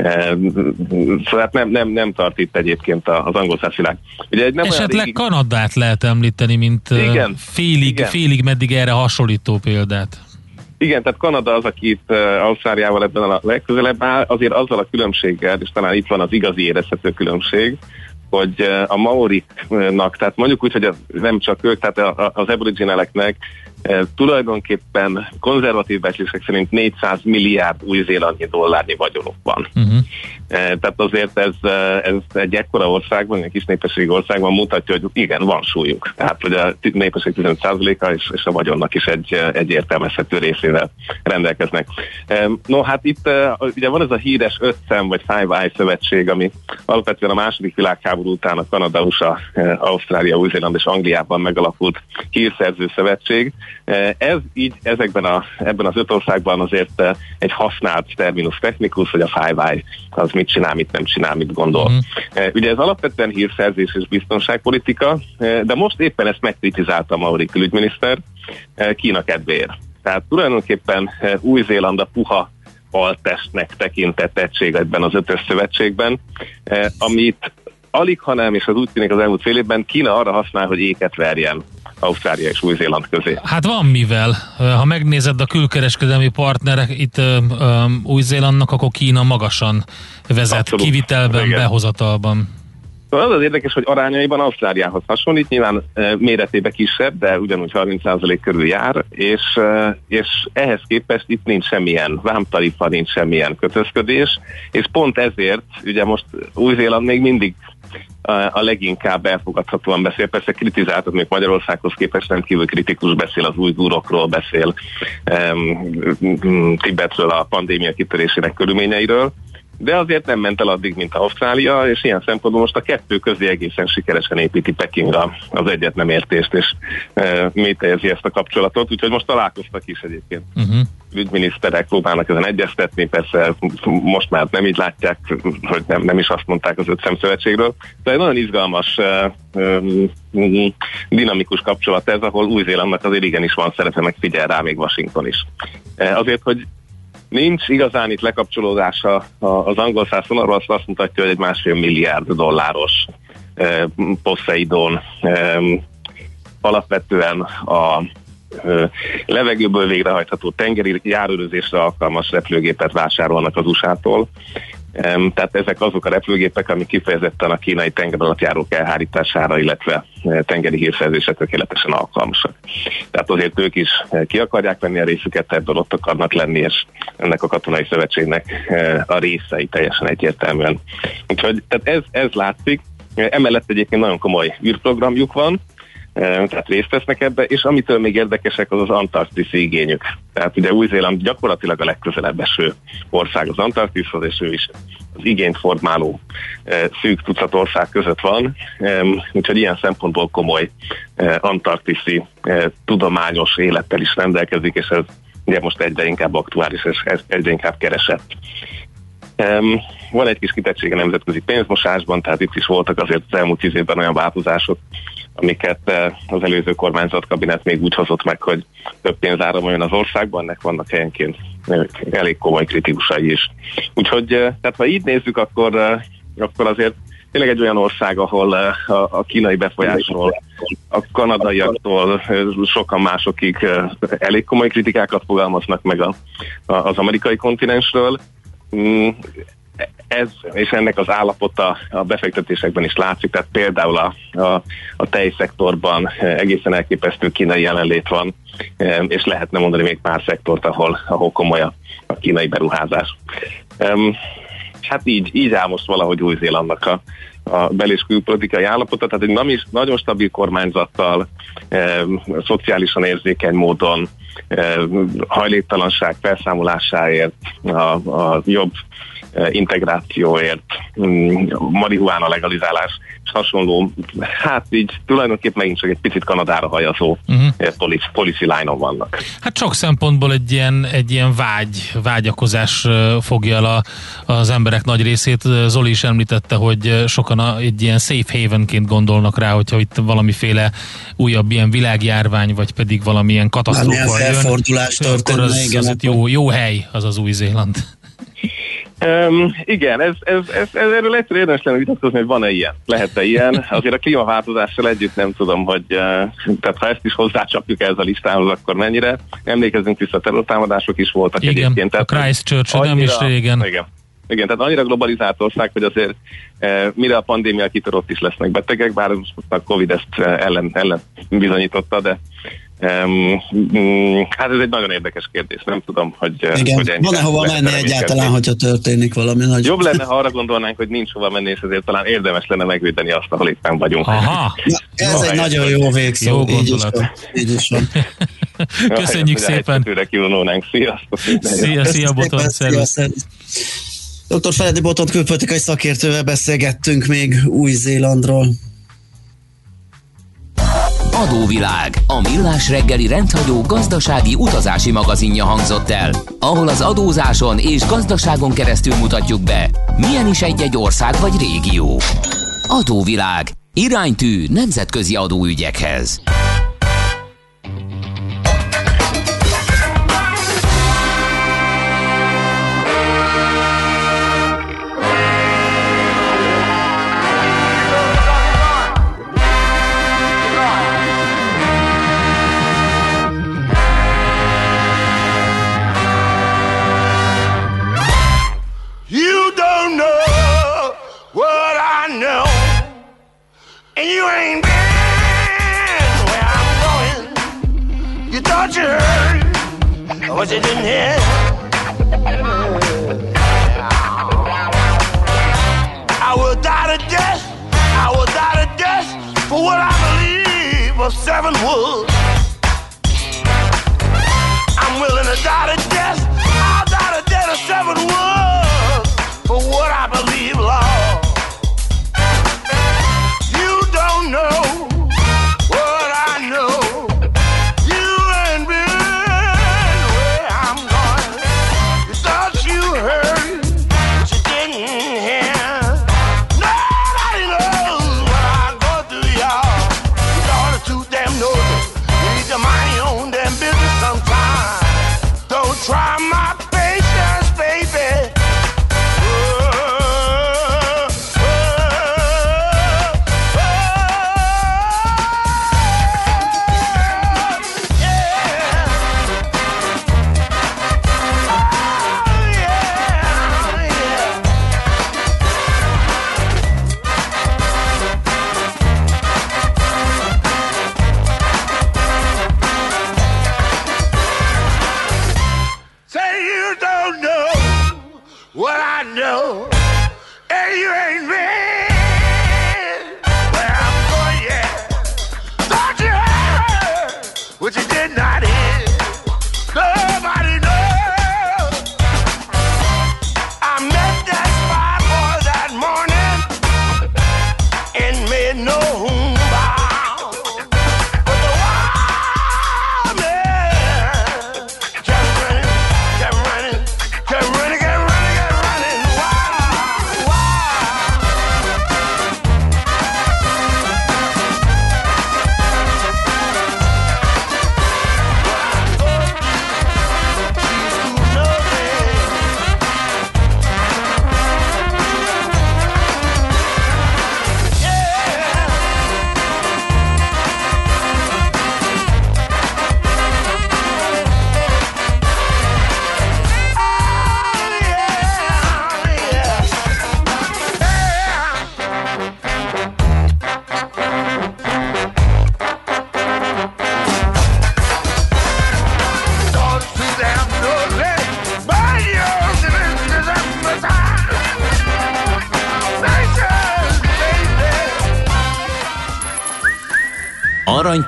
szóval nem tart itt egyébként az angol világ. Ugye esetleg Kanadát lehet említeni, mint félig meddig erre hasonlító példát. Igen, tehát Kanada az, aki itt Ausztráliával ebben a legközelebb áll, azért azzal a különbséggel, és talán itt van az igazi érezhető különbség, hogy a maoriknak, tehát mondjuk úgy, hogy nem csak ők, tehát az aboriginaleknek tulajdonképpen konzervatív becslések szerint 400 milliárd új-zélandi dollárnyi vagyonuk van. Tehát azért ez egy ekkora országban, egy kis népességi országban mutatja, hogy igen, van súlyuk. Tehát, hogy a népesség 15%-a és a vagyonnak is egy értelmezhető részével rendelkeznek. No, hát itt ugye van ez a híres 5 szem vagy Five Eye szövetség, ami alapvetően a második világháború után a Kanada, USA, Ausztrália, Új-Zéland és Angliában megalakult hírszerző szövetség. Ez így ebben az 5 országban azért egy használt terminus technikus, hogy a Five Eye az mit csinál, mit nem csinál, mit gondol. Ugye ez alapvetően hírszerzés és biztonságpolitika, de most éppen ezt megkritizálta a maori külügyminiszter Kína kedvéért. Tehát tulajdonképpen Új-Zéland a puha altestnek tekintett egység ebben az 5-ös szövetségben, amit alig, ha nem, és az úgy tűnik az elmúlt fél évben Kína arra használ, hogy éket verjen Ausztrália és Új-Zéland közé. Hát van mivel. Ha megnézed a külkereskedelmi partnerek itt Új-Zélandnak, akkor Kína magasan vezet. Abszolút. Kivitelben, igen. Behozatalban. Az az érdekes, hogy arányaiban Ausztráliához hasonlít, nyilván méretében kisebb, de ugyanúgy 30% körül jár, és ehhez képest itt nincs semmilyen vámtarifa, nincs semmilyen kötözködés, és pont ezért ugye most Új-Zéland még mindig a leginkább elfogadhatóan beszél. Persze kritizáltak, még Magyarországhoz képest rendkívül kritikus, beszél az ujgurokról, beszél Tibetről, a pandémia kitörésének körülményeiről, de azért nem ment el addig, mint Ausztrália, és ilyen szempontból most a kettő közé egészen sikeresen építi Peking az egyet nem értést, és mélyezi ezt a kapcsolatot, úgyhogy most találkoztak is egyébként. Ügyminiszterek próbálnak ezen egyeztetni, persze most már nem így látják, hogy nem is azt mondták az 5 szemszövetségről, de egy nagyon izgalmas, dinamikus kapcsolat ez, ahol Új-Zélandnak azért igenis van szerepe, meg figyel rá még Washington is. Azért, hogy nincs igazán itt lekapcsolódása az angol szászon, arról azt mutatja, hogy egy $1,5 milliárd Poseidon alapvetően a levegőből végrehajtható tengeri járőrözésre alkalmas repülőgépet vásárolnak az USA-tól. Tehát ezek azok a repülőgépek, amik kifejezetten a kínai tengeralattjárók elhárítására, illetve tengeri hírszerzésre tökéletesen alkalmasak. Tehát azért ők is ki akarják venni a részüket, ebből ott akarnak lenni, és ennek a katonai szövetségnek a részei teljesen egyértelműen. Úgyhogy tehát ez látszik. Emellett egyébként nagyon komoly űrprogramjuk van, tehát részt vesznek ebbe, és amitől még érdekesek, az antarktiszi igényük. Tehát ugye Új-Zéland gyakorlatilag a legközelebb eső ország az Antarktiszhoz, és ő is az igényt formáló szűk tucat ország között van, úgyhogy ilyen szempontból komoly antarktiszi tudományos élettel is rendelkezik, és ez ugye most egyre inkább aktuális, és egyre inkább keresett. Van egy kis kitettsége nemzetközi pénzmosásban, tehát itt is voltak azért az elmúlt 10 évben olyan változások, amiket az előző kormányzatkabinet még úgy hozott meg, hogy több pénz áramoljon az országban, ennek vannak helyenként elég komoly kritikusai is. Úgyhogy, tehát ha így nézzük, akkor azért tényleg egy olyan ország, ahol a kínai befolyásról, a kanadaiaktól sokan másokig elég komoly kritikákat fogalmaznak meg az amerikai kontinensről. Ez és ennek az állapota a befektetésekben is látszik, tehát például a tejszektorban egészen elképesztő kínai jelenlét van, és lehetne mondani még pár szektort, ahol komoly a kínai beruházás. Hát így áll most valahogy Új-Zélandnak a bel- és külpolitikai állapota, tehát egy nagyon stabil kormányzattal, szociálisan érzékeny módon, hajléktalanság felszámolásáért, a jobb integrációért, marihuána legalizálás és hasonló, hát így tulajdonképpen megint csak egy picit Kanadára hajazó policy line-on vannak. Hát sok szempontból egy ilyen vágyakozás fogja el az emberek nagy részét. Zoli is említette, hogy sokan egy ilyen safe havenként gondolnak rá, hogyha itt valamiféle újabb ilyen világjárvány, vagy pedig valamilyen katasztrófa jön, akkor az jó hely az Új-Zéland. Igen, erről egyszerűen érdemes lenne vitatkozni, hogy van-e ilyen, lehet-e ilyen. Azért a klímaváltozással együtt nem tudom, hogy tehát ha ezt is hozzácsapjuk ez a listához, akkor mennyire. Emlékezzünk vissza, terrortámadások is voltak egyébként. Igen, a Christchurch nem is régen. Igen, tehát annyira globalizált ország, hogy azért mire a pandémia kitör, ott is lesznek betegek, bár a Covid ezt ellen bizonyította, de hát ez egy nagyon érdekes kérdés, nem tudom, hogy... Igen, van-e hova menni egyáltalán, hogyha történik valami nagy... Jobb lenne, ha arra gondolnánk, hogy nincs hova menni, és ezért talán érdemes lenne megvédeni azt, ahol éppen vagyunk. Aha! Ez egy nagyon jó végszó. Jó gondolat. Így is van. Köszönjük szépen! Szia, Botont, szervusz! Dr. Feledi Botont külpolitikai szakértővel beszélgettünk még Új-Zélandról. Adóvilág, a millás reggeli rendhagyó gazdasági utazási magazinja hangzott el, ahol az adózáson és gazdaságon keresztül mutatjuk be, milyen is egy ország vagy régió. Adóvilág, iránytű nemzetközi adóügyekhez. And you ain't been where I'm going. You thought you heard what you didn't hear. I will die to death. I will die to death for what I believe of 7 wolves. I'm willing to die to death. I'll die to death of 7 wolves for what I believe, Lord. Know what I know. You ain't been where I'm going. You thought you heard, but you didn't hear. Nobody knows what I go through, y'all. You thought it's too damn nosy. You need to mind your own damn business sometime. Don't try my patience, baby. Kept running,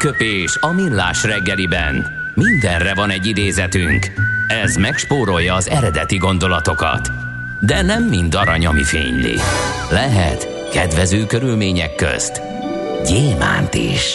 Aranyköpés a millás reggeliben. Mindenre van egy idézetünk. Ez megspórolja az eredeti gondolatokat. De nem mind arany, ami fényli. Lehet kedvező körülmények közt gyémánt is.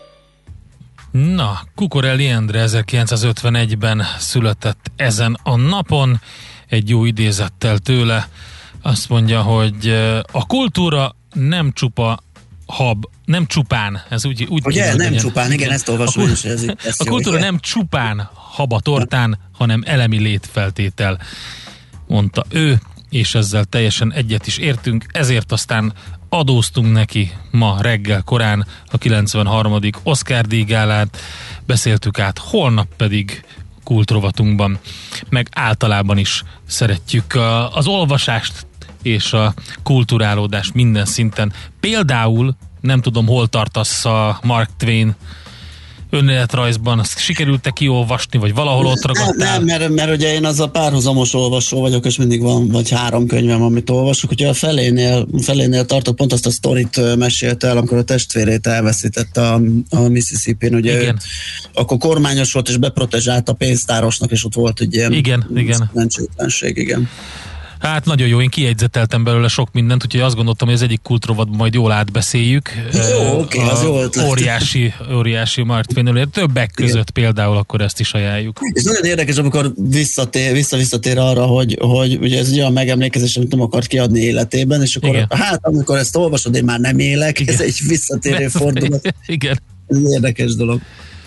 Na, Cucurelli Endre 1951-ben született ezen a napon, egy jó idézettel tőle. Azt mondja, hogy a kultúra nem csupán, ez úgy ugye, nem legyen. Csupán, igen, ezt olvasom is. A kultúra nem csupán hab a tortán, hanem elemi létfeltétel, mondta ő, és ezzel teljesen egyet is értünk, ezért aztán adóztunk neki ma reggel korán a 93. Oscar-díj gálát, beszéltük át, holnap pedig kultrovatunkban, meg általában is szeretjük az olvasást és a kulturálódást minden szinten. Például nem tudom, hol tartasz a Mark Twain önéletrajzban, azt sikerült-e kiolvasni, vagy valahol ott ragadtál? Nem, mert ugye én az a párhuzamos olvasó vagyok, és mindig van vagy 3 könyvem, amit olvasok, ugye a felénél tartok, pont azt a sztorit mesélte el, amikor a testvérét elveszítette a Mississippi-n, ugye igen. Akkor kormányos volt, és beprotezsált a pénztárosnak, és ott volt egy ilyen szerencsétlenség, igen. Hát nagyon jó, én kiegyzeteltem belőle sok mindent, úgyhogy azt gondoltam, hogy az egyik kultrovatban majd jól átbeszéljük. Jó, oké, az jó ötlet. Óriási Mark Twain, többek között például akkor ezt is ajánljuk. És nagyon érdekes, amikor visszatér arra, hogy ugye ez egy olyan megemlékezés, amit nem akart kiadni életében, és akkor hát amikor ezt olvasod, én már nem élek, igen. Ez egy visszatérő fordulat. Igen. Ez egy érdekes dolog.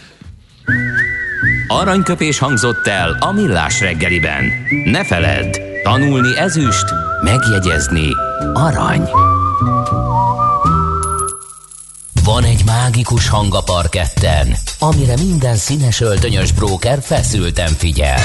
Aranyköpés hangzott el a millás reggeliben. Ne feledd, tanulni ezüst, megjegyezni arany. Van egy mágikus hang a parketten, amire minden színes öltönyös bróker feszülten figyel.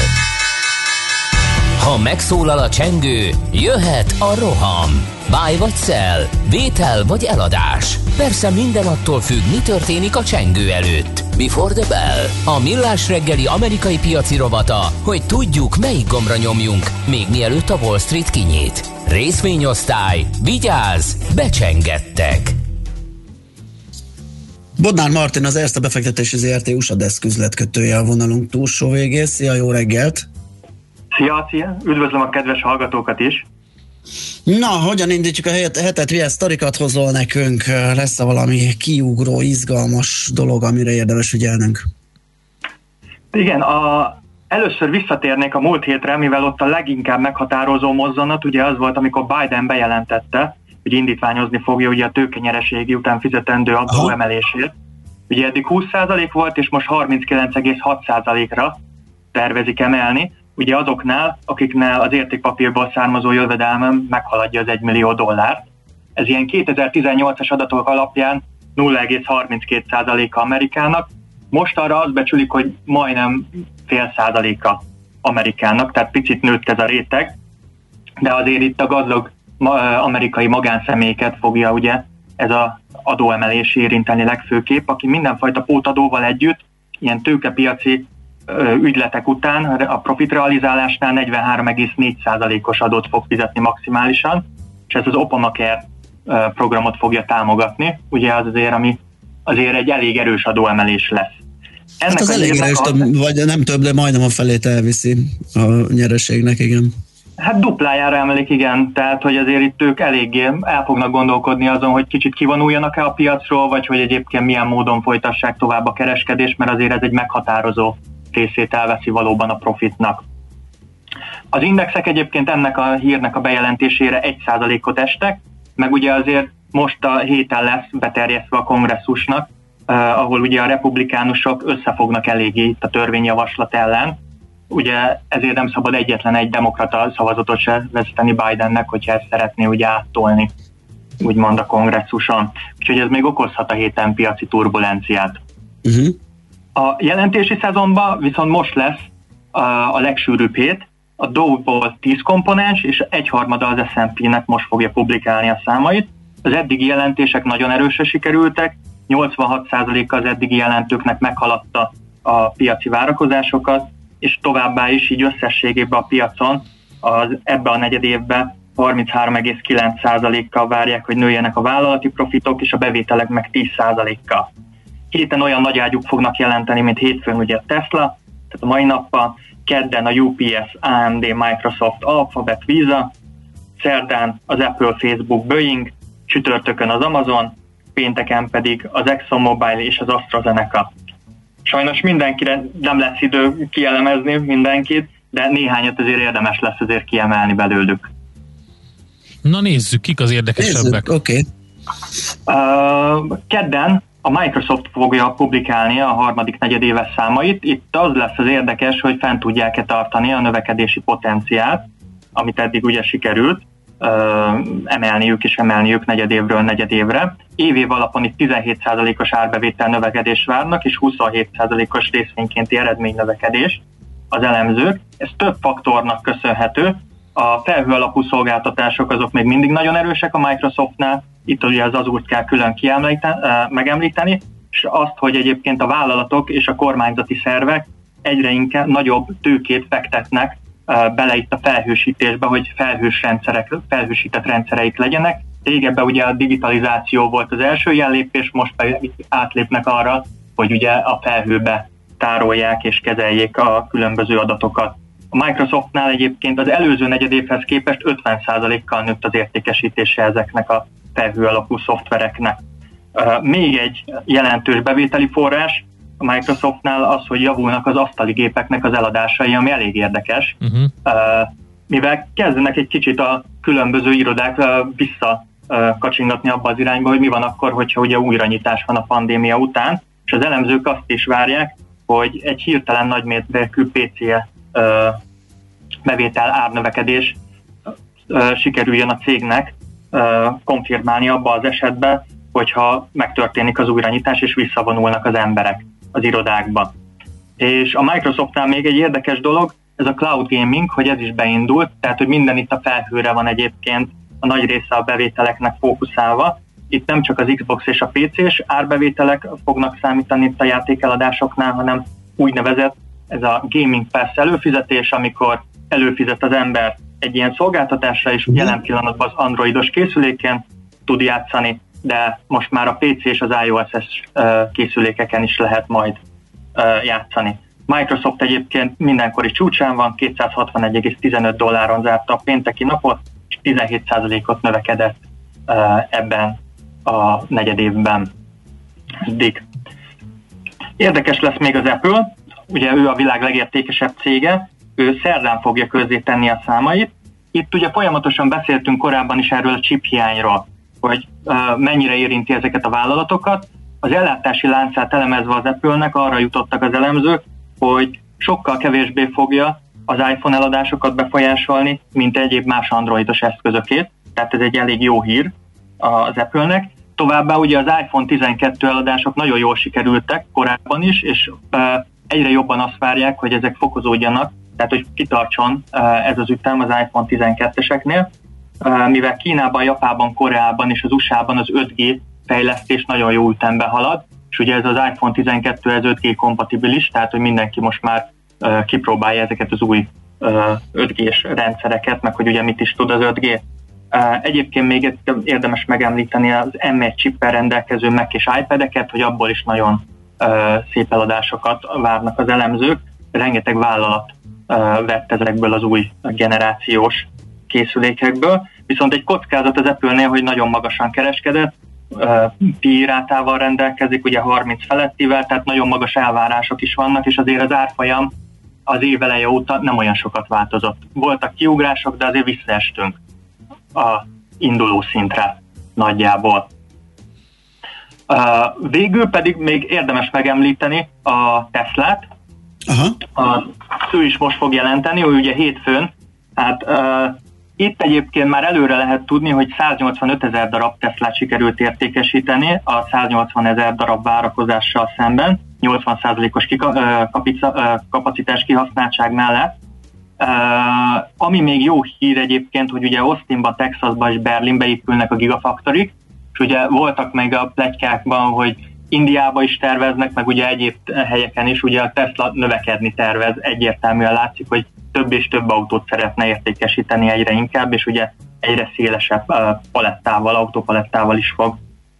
Ha megszólal a csengő, jöhet a roham. Buy vagy sell, vétel vagy eladás. Persze minden attól függ, mi történik a csengő előtt. Before the bell, a millás reggeli amerikai piaci rovata, hogy tudjuk, melyik gombra nyomjunk, még mielőtt a Wall Street kinyit. Részvényosztály, vigyázz, becsengettek! Bodnár Martin, az Erste befektetési ZRT USA Desk üzletkötője a vonalunk túlsó végén. Szia, jó reggelt! Szia! Üdvözlöm a kedves hallgatókat is! Na, hogyan indítjuk a hetet? Milyen sztorikat hozol nekünk? Lesz-e valami kiugró, izgalmas dolog, amire érdemes figyelnünk? Igen, először visszatérnék a múlt hétre, mivel ott a leginkább meghatározó mozzanat ugye az volt, amikor Biden bejelentette, hogy indítványozni fogja ugye a tőkenyereségi után fizetendő adó emelését. Ugye eddig 20% volt, és most 39,6%-ra tervezik emelni. Ugye azoknál, akiknál az értékpapírból származó jövedelmem meghaladja az $1 millió. Ez ilyen 2018-as adatok alapján 0,32%-a Amerikának. Most arra azt becsülik, hogy majdnem 0,5%-a Amerikának, tehát picit nőtt ez a réteg, de azért itt a gazdag amerikai magánszemélyeket fogja ugye ez az adóemelés érinteni legfőképp, aki mindenfajta pótadóval együtt, ilyen tőkepiaci ügyletek után a profitrealizálásnál 43,4%-os adót fog fizetni maximálisan, és ez az Obamacare programot fogja támogatni, ugye az azért, ami azért egy elég erős adóemelés lesz. Hát az elég erős, vagy nem több, de majdnem a felét elviszi a nyereségnek, igen. Hát duplájára emelik, igen, tehát hogy azért itt ők eléggé el fognak gondolkodni azon, hogy kicsit kivonuljanak-e a piacról, vagy hogy egyébként milyen módon folytassák tovább a kereskedést, mert azért ez egy meghatározó részét elveszi valóban a profitnak. Az indexek egyébként ennek a hírnek a bejelentésére 1%-ot estek, meg ugye azért most a héten lesz beterjesztve a kongresszusnak, ahol ugye a republikánusok összefognak eléggé itt a törvényjavaslat ellen. Ugye ezért nem szabad egyetlen egy demokrata szavazatot se veszteni Bidennek, hogyha ezt szeretné ugye áttolni, úgymond a kongresszuson. Úgyhogy ez még okozhat a héten piaci turbulenciát. A jelentési szezonban viszont most lesz a legsűrűbb hét. A Dow-ból 10 komponens, és 1/3 az S&P-nek most fogja publikálni a számait. Az eddigi jelentések nagyon erősre sikerültek, 86%-a az eddigi jelentőknek meghaladta a piaci várakozásokat, és továbbá is így összességében a piacon ebbe a negyed évben 33,9%-kal várják, hogy nőjenek a vállalati profitok, és a bevételek meg 10%-kal. héten olyan nagy ágyuk fognak jelenteni, mint hétfőn ugye a Tesla, tehát a mai nappal, kedden a UPS, AMD, Microsoft, Alphabet, Visa, szerdán az Apple, Facebook, Boeing, csütörtökön az Amazon, pénteken pedig az ExxonMobil és az AstraZeneca. Sajnos mindenkire nem lesz idő kielemezni mindenkit, de néhányat azért érdemes lesz azért kiemelni belőlük. Na nézzük, kik az érdekesebbek. Oké. Kedden a Microsoft fogja publikálni a harmadik negyedéves számait. Itt az lesz az érdekes, hogy fent tudják-e tartani a növekedési potenciált, amit eddig ugye sikerült emelniük negyedévről negyedévre. Évév alapon itt 17%-os árbevétel növekedés várnak, és 27%-os részvénykénti eredménynövekedés az elemzők. Ez több faktornak köszönhető. A felhő alapú szolgáltatások azok még mindig nagyon erősek a Microsoftnál, itt ugye az Azure-t kell külön megemlíteni, és azt, hogy egyébként a vállalatok és a kormányzati szervek egyre inkább nagyobb tőkét fektetnek bele itt a felhősítésbe, hogy felhősített rendszereik legyenek. Régebben ugye a digitalizáció volt az első ilyen lépés, most pedig átlépnek arra, hogy ugye a felhőbe tárolják és kezeljék a különböző adatokat. A Microsoftnál egyébként az előző negyedévhez képest 50%-kal nőtt az értékesítése ezeknek a felhő alapú szoftvereknek. Még egy jelentős bevételi forrás a Microsoftnál az, hogy javulnak az asztali gépeknek az eladásai, ami elég érdekes, mivel kezdenek egy kicsit a különböző irodák visszakacsingatni abba az irányba, hogy mi van akkor, hogyha ugye újranyitás van a pandémia után, és az elemzők azt is várják, hogy egy hirtelen nagymértékű PC bevétel árnövekedés sikerüljön a cégnek konfirmálni abba az esetben, hogyha megtörténik az újranyitás és visszavonulnak az emberek az irodákba. És a Microsoftnál még egy érdekes dolog, ez a cloud gaming, hogy ez is beindult, tehát hogy minden itt a felhőre van egyébként a nagy része a bevételeknek fókuszálva. Itt nem csak az Xbox és a PC-s árbevételek fognak számítani itt a játékeladásoknál, hanem úgynevezett ez a Gaming Pass előfizetés, amikor előfizet az ember egy ilyen szolgáltatásra, és jelen pillanatban az androidos készüléken tud játszani, de most már a PC és az iOS-es készülékeken is lehet majd játszani. Microsoft egyébként mindenkori csúcsán van, $261,15 zárta a pénteki napot, és 17%-ot növekedett ebben a negyedévben. Érdekes lesz még az Apple, ugye ő a világ legértékesebb cége, ő szerdán fogja közzétenni a számait. Itt ugye folyamatosan beszéltünk korábban is erről a chip hiányról, hogy mennyire érinti ezeket a vállalatokat. Az ellátási láncát elemezve az Apple-nek arra jutottak az elemzők, hogy sokkal kevésbé fogja az iPhone eladásokat befolyásolni, mint egyéb más androidos eszközökét, tehát ez egy elég jó hír az Apple-nek. Továbbá ugye az iPhone 12 eladások nagyon jól sikerültek korábban is, és egyre jobban azt várják, hogy ezek fokozódjanak, tehát hogy kitartson ez az ütem az iPhone 12-eseknél, mivel Kínában, Japánban, Koreában és az USA-ban az 5G fejlesztés nagyon jó ütemben halad, és ugye ez az iPhone 12 ez 5G kompatibilis, tehát hogy mindenki most már kipróbálja ezeket az új 5G-s rendszereket, meg hogy ugye mit is tud az 5G. Egyébként még érdemes megemlíteni az M1 chippel rendelkező Mac és iPad-eket, hogy abból is nagyon szép eladásokat várnak az elemzők. Rengeteg vállalat vett ezekből az új generációs készülékekből. Viszont egy kockázat az Apple-nél, hogy nagyon magasan kereskedett, PI rátával rendelkezik, ugye 30 felettivel, tehát nagyon magas elvárások is vannak, és azért az árfolyam az év eleje óta nem olyan sokat változott. Voltak kiugrások, de azért visszaestünk a induló szintre nagyjából. Végül pedig még érdemes megemlíteni a Teslát. Ő is most fog jelenteni, ő ugye hétfőn. Hát itt egyébként már előre lehet tudni, hogy 185,000 darab Teslát sikerült értékesíteni a 180,000 darab várakozással szemben, 80%-os kapacitás kihasználtság mellett. Ami még jó hír egyébként, hogy ugye Austinba, Texasba és Berlinbe épülnek a gigafactorik, és ugye voltak meg a pletykákban, hogy Indiába is terveznek, meg ugye egyéb helyeken is, ugye a Tesla növekedni tervez, egyértelműen látszik, hogy több és több autót szeretne értékesíteni egyre inkább, és ugye egyre szélesebb palettával, autópalettával is fog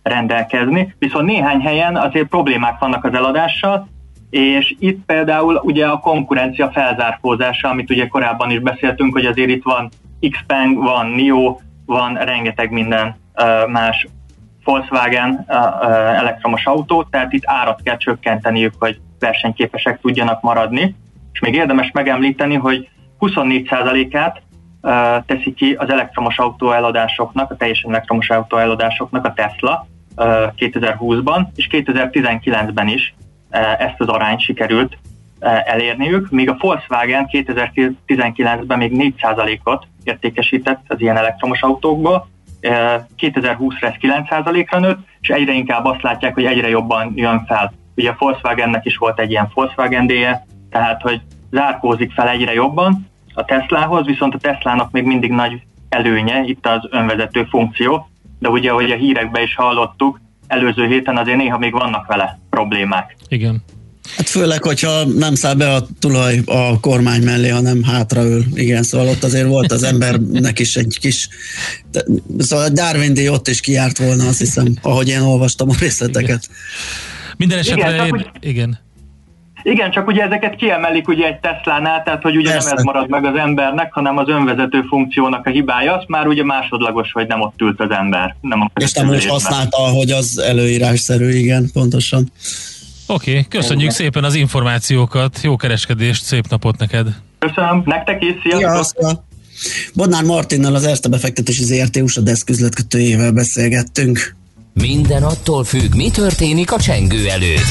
rendelkezni, viszont néhány helyen azért problémák vannak az eladással, és itt például ugye a konkurencia felzárkózása, amit ugye korábban is beszéltünk, hogy azért itt van Xpeng, van NIO, van rengeteg minden más Volkswagen elektromos autó, tehát itt árat kell csökkenteniük, hogy versenyképesek tudjanak maradni. És még érdemes megemlíteni, hogy 24%-át teszi ki az elektromos autó eladásoknak, a teljesen elektromos autó eladásoknak a Tesla 2020-ban, és 2019-ben is ezt az arányt sikerült elérniük, míg a Volkswagen 2019-ben még 4%-ot értékesített az ilyen elektromos autókból, 2020-ra ez 9%-ra nőtt, és egyre inkább azt látják, hogy egyre jobban jön fel. Ugye a Volkswagennek is volt egy ilyen Volkswagen D-je, tehát hogy zárkózik fel egyre jobban a Teslahoz, viszont a Teslának még mindig nagy előnye itt az önvezető funkció, de ugye, ahogy a hírekben is hallottuk, előző héten azért néha még vannak vele problémák. Igen. Hát főleg, hogyha nem száll be a tulaj a kormány mellé, hanem hátraül. Igen, szóval ott azért volt az embernek is egy kis... Szóval Darwin-díj ott is kijárt volna, azt hiszem, ahogy én olvastam a részleteket. Igen. Minden esetre... Igen. Igen, csak ugye ezeket kiemelik ugye egy Teslánál, tehát hogy ugye nem ez marad meg az embernek, hanem az önvezető funkciónak a hibája, az már ugye másodlagos, hogy nem ott ült az ember. És nem úgy használta, hogy az előírásszerű, igen, pontosan. Oké, köszönjük szépen az információkat, jó kereskedést, szép napot neked! Köszönöm, nektek is, sziasztok! Bodnár Martinnal, az Erste befektetési ZRT USA Desk üzletkötőjével beszélgettünk. Minden attól függ, mi történik a csengő előtt.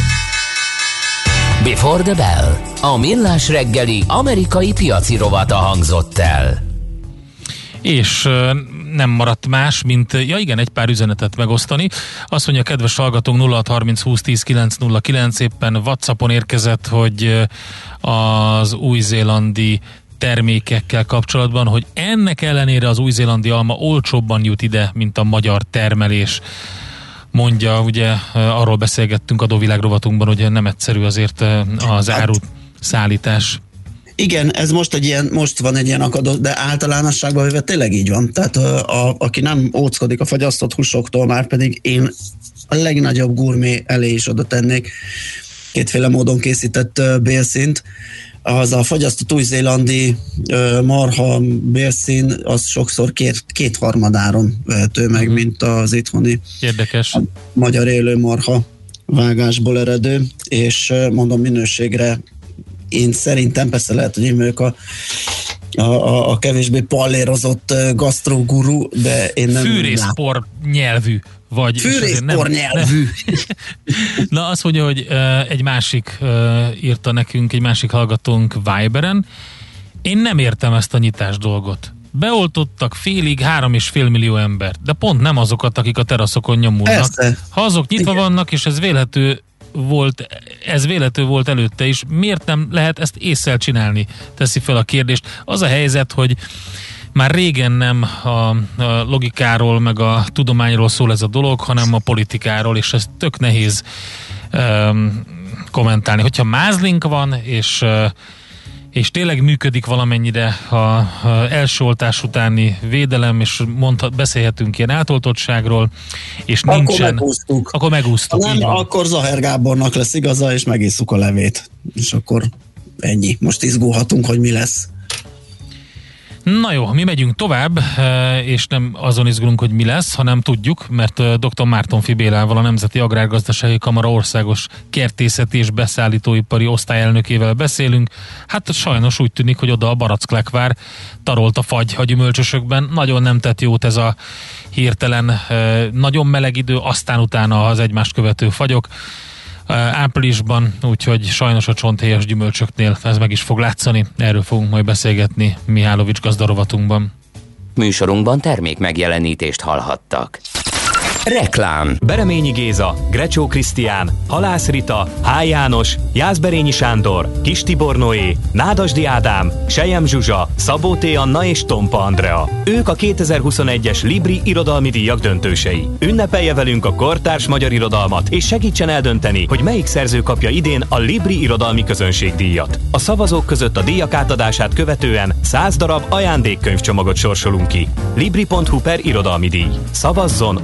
Before the Bell, a millás reggeli amerikai piaci rovata hangzott el. És nem maradt más, mint, egy pár üzenetet megosztani. Azt mondja a kedves hallgatónk 0630 20 10 909 éppen WhatsAppon érkezett, hogy az új-zélandi termékekkel kapcsolatban, hogy ennek ellenére az új-zélandi alma olcsóbban jut ide, mint a magyar termelés. Mondja, ugye arról beszélgettünk adóvilág rovatunkban, hogy nem egyszerű azért az áruszállítás. Igen, ez most van egy ilyen akadó, de általánosságban véve tényleg így van. Tehát aki nem óckodik a fagyasztott húsoktól, már pedig én a legnagyobb gurmé elé is oda tennék kétféle módon készített bélszínt. Az a fagyasztott új-zélandi marha bélszín, az sokszor kétharmadáron vehető meg, mint az itthoni érdekes magyar élő marha vágásból eredő, és mondom, minőségre én szerintem, persze lehet, hogy én vagyok a kevésbé pallérozott gasztroguru, de én nem... Fűrészpor nyelvű vagy. Fűrészpor nyelvű. Na, azt mondja, hogy egy másik írta nekünk, egy másik hallgatónk Viberen. Én nem értem ezt a nyitás dolgot. Beoltottak félig 3,5 millió embert, de pont nem azokat, akik a teraszokon nyomulnak. Persze. Ha azok nyitva vannak, és ez vélető volt előtte is, miért nem lehet ezt ésszel csinálni? Teszi fel a kérdést. Az a helyzet, hogy már régen nem a logikáról, meg a tudományról szól ez a dolog, hanem a politikáról, és ez tök nehéz kommentálni. Hogyha mázlink van, és tényleg működik valamennyire a első oltás utáni védelem, és beszélhetünk ilyen átoltottságról, és nincsen... Akkor megúsztuk. Ha nem, akkor Zahár Gábornak lesz igaza, és megisszuk a levét. És akkor ennyi. Most izgulhatunk, hogy mi lesz. Na jó, mi megyünk tovább, és nem azon izgulunk, hogy mi lesz, hanem tudjuk, mert dr. Márton-Fi Bélával, a Nemzeti Agrárgazdasági Kamara országos kertészeti és beszállítóipari osztályelnökével beszélünk. Hát sajnos úgy tűnik, hogy oda a Barack-Lekvár tarolt a fagy a gyümölcsösökben. Nagyon nem tett jót ez a hirtelen nagyon meleg idő, aztán utána az egymást követő fagyok áprilisban, úgyhogy sajnos a csonthéjas gyümölcsöknél ez meg is fog látszani. Erről fogunk majd beszélgetni Mihálovics gazdarovatunkban. Műsorunkban termék megjelenítést hallhattak. Reklám. Bereményi Géza, Grecsó Krisztián, Halász Rita, H. János, Jászberényi Sándor, Kis Tibor Noé, Nádasdi Ádám, Sejem Zsuzsa, Szabó T. Anna és Tompa Andrea. Ők a 2021-es Libri irodalmi díjak döntősei. Ünnepelje velünk a kortárs magyar irodalmat, és segítsen eldönteni, hogy melyik szerző kapja idén a Libri irodalmi közönségdíjat. A szavazók között a díjak átadását követően 100 darab ajándékkönyvcsomagot sorsolunk ki. Libri.hu/irodalmi díj. Szavazzon a kortárs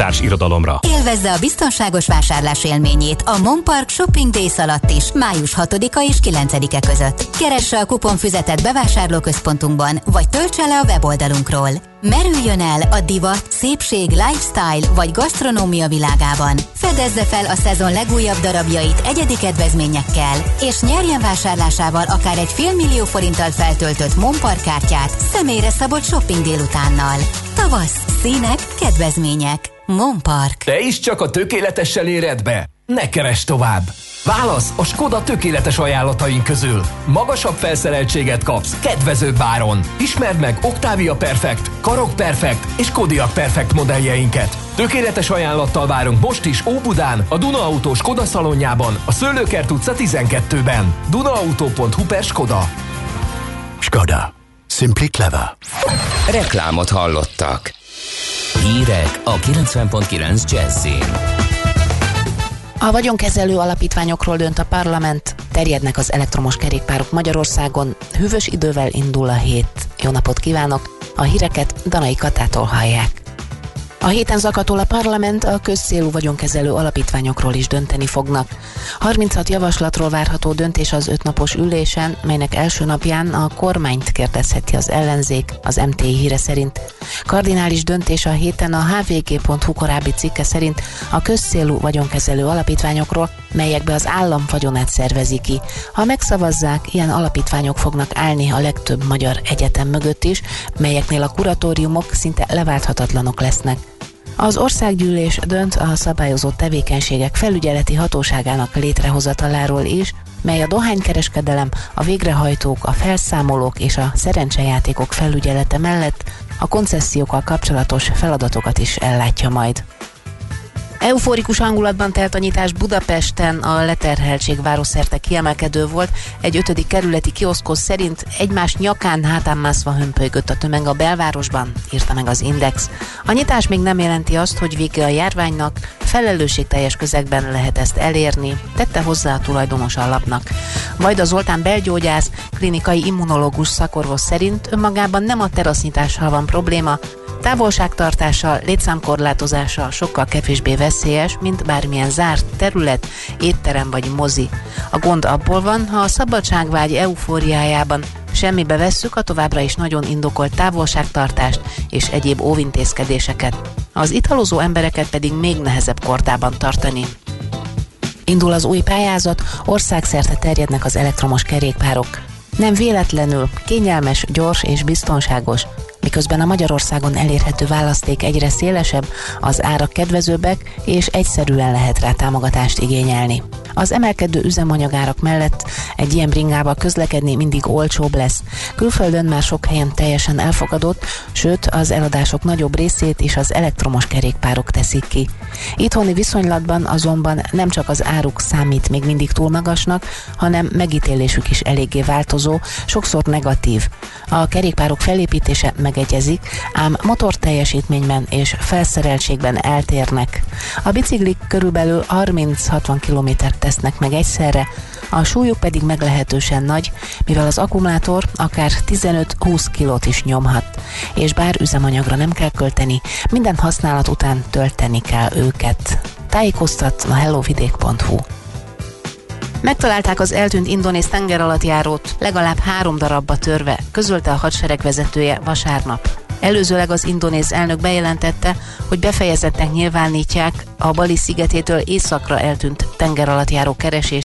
kortárs irodalomra. Élvezze a biztonságos vásárlás élményét a Monpark Shopping Days alatt is, május 6-a és 9-e között. Keresse a kuponfüzetet bevásárlóközpontunkban, vagy töltse le a weboldalunkról. Merüljön el a divat, szépség, lifestyle vagy gasztronómia világában. Fedezze fel a szezon legújabb darabjait egyedi kedvezményekkel, és nyerjen vásárlásával akár egy $500 000 feltöltött Monpark kártyát személyre szabott shopping délutánnal. Tavasz, színek, kedvezmények. Monpark. Te is csak a tökéletessel éred be? Ne keresd tovább! Válasz a Skoda tökéletes ajánlataink közül. Magasabb felszereltséget kapsz kedvezőbb áron. Ismerd meg Octavia Perfect, Karoq Perfect és Kodiaq Perfect modelljeinket. Tökéletes ajánlattal várunk most is Óbudán, a Duna Autó Skoda szalonjában, a Szőlőkert utca 12-ben. Dunaauto.hu/Skoda. Skoda. Simply clever. Reklámot hallottak. Hírek a 90.9 Jazzin. A vagyonkezelő alapítványokról dönt a parlament, terjednek az elektromos kerékpárok Magyarországon, hűvös idővel indul a hét. Jó napot kívánok! A híreket Danai Katától hallják. A héten zakatol a parlament, a közcélú vagyonkezelő alapítványokról is dönteni fognak. 36 javaslatról várható döntés az 5 napos ülésen, melynek első napján a kormányt kérdezheti az ellenzék, az MTI híre szerint. Kardinális döntés a héten a hvg.hu korábbi cikke szerint a közcélú vagyonkezelő alapítványokról, melyekbe az állam vagyonát szervezi ki. Ha megszavazzák, ilyen alapítványok fognak állni a legtöbb magyar egyetem mögött is, melyeknél a kuratóriumok szinte leválthatatlanok lesznek. Az országgyűlés dönt a szabályozott tevékenységek felügyeleti hatóságának létrehozataláról is, mely a dohánykereskedelem, a végrehajtók, a felszámolók és a szerencsejátékok felügyelete mellett a koncessziókkal kapcsolatos feladatokat is ellátja majd. Euforikus hangulatban telt a nyitás Budapesten, a leterheltség városszerte kiemelkedő volt. Egy 5. kerületi kioszkos szerint egymás nyakán hátán mászva hömpölygött a tömeg a belvárosban, írta meg az Index. A nyitás még nem jelenti azt, hogy vége a járványnak, felelősségteljes közegben lehet ezt elérni, tette hozzá a tulajdonos a lapnak. Vajda Zoltán belgyógyász, klinikai immunológus szakorvos szerint önmagában nem a terasznyitással van probléma, távolságtartással, létszámkorlátozással sokkal kevésbé veszélyes, mint bármilyen zárt terület, étterem vagy mozi. A gond abból van, ha a szabadságvágy eufóriájában semmibe vesszük a továbbra is nagyon indokolt távolságtartást és egyéb óvintézkedéseket. Az italozó embereket pedig még nehezebb kordában tartani. Indul az új pályázat, országszerte terjednek az elektromos kerékpárok. Nem véletlenül kényelmes, gyors és biztonságos, miközben a Magyarországon elérhető választék egyre szélesebb, az árak kedvezőbbek, és egyszerűen lehet rá támogatást igényelni. Az emelkedő üzemanyagárak mellett egy ilyen bringával közlekedni mindig olcsóbb lesz. Külföldön már sok helyen teljesen elfogadott, sőt az eladások nagyobb részét is az elektromos kerékpárok teszik ki. Itthoni viszonylatban azonban nem csak az áruk számít még mindig túl magasnak, hanem megítélésük is eléggé változó, sokszor negatív. A kerékpárok felépítése megegyezik, ám motorteljesítményben és felszereltségben eltérnek. A biciklik körülbelül 30-60 kilométert tesznek meg egyszerre, a súlyuk pedig meglehetősen nagy, mivel az akkumulátor akár 15-20 kilót is nyomhat, és bár üzemanyagra nem kell költeni, minden használat után tölteni kell őket. Tájékoztat a hellovidék.hu. Megtalálták az eltűnt indonéz tengeralattjárót, legalább 3 darabba törve, közölte a hadsereg vezetője vasárnap. Előzőleg az indonéz elnök bejelentette, hogy befejezettnek nyilvánítják a Bali szigetétől északra eltűnt tengeralattjáró keresését,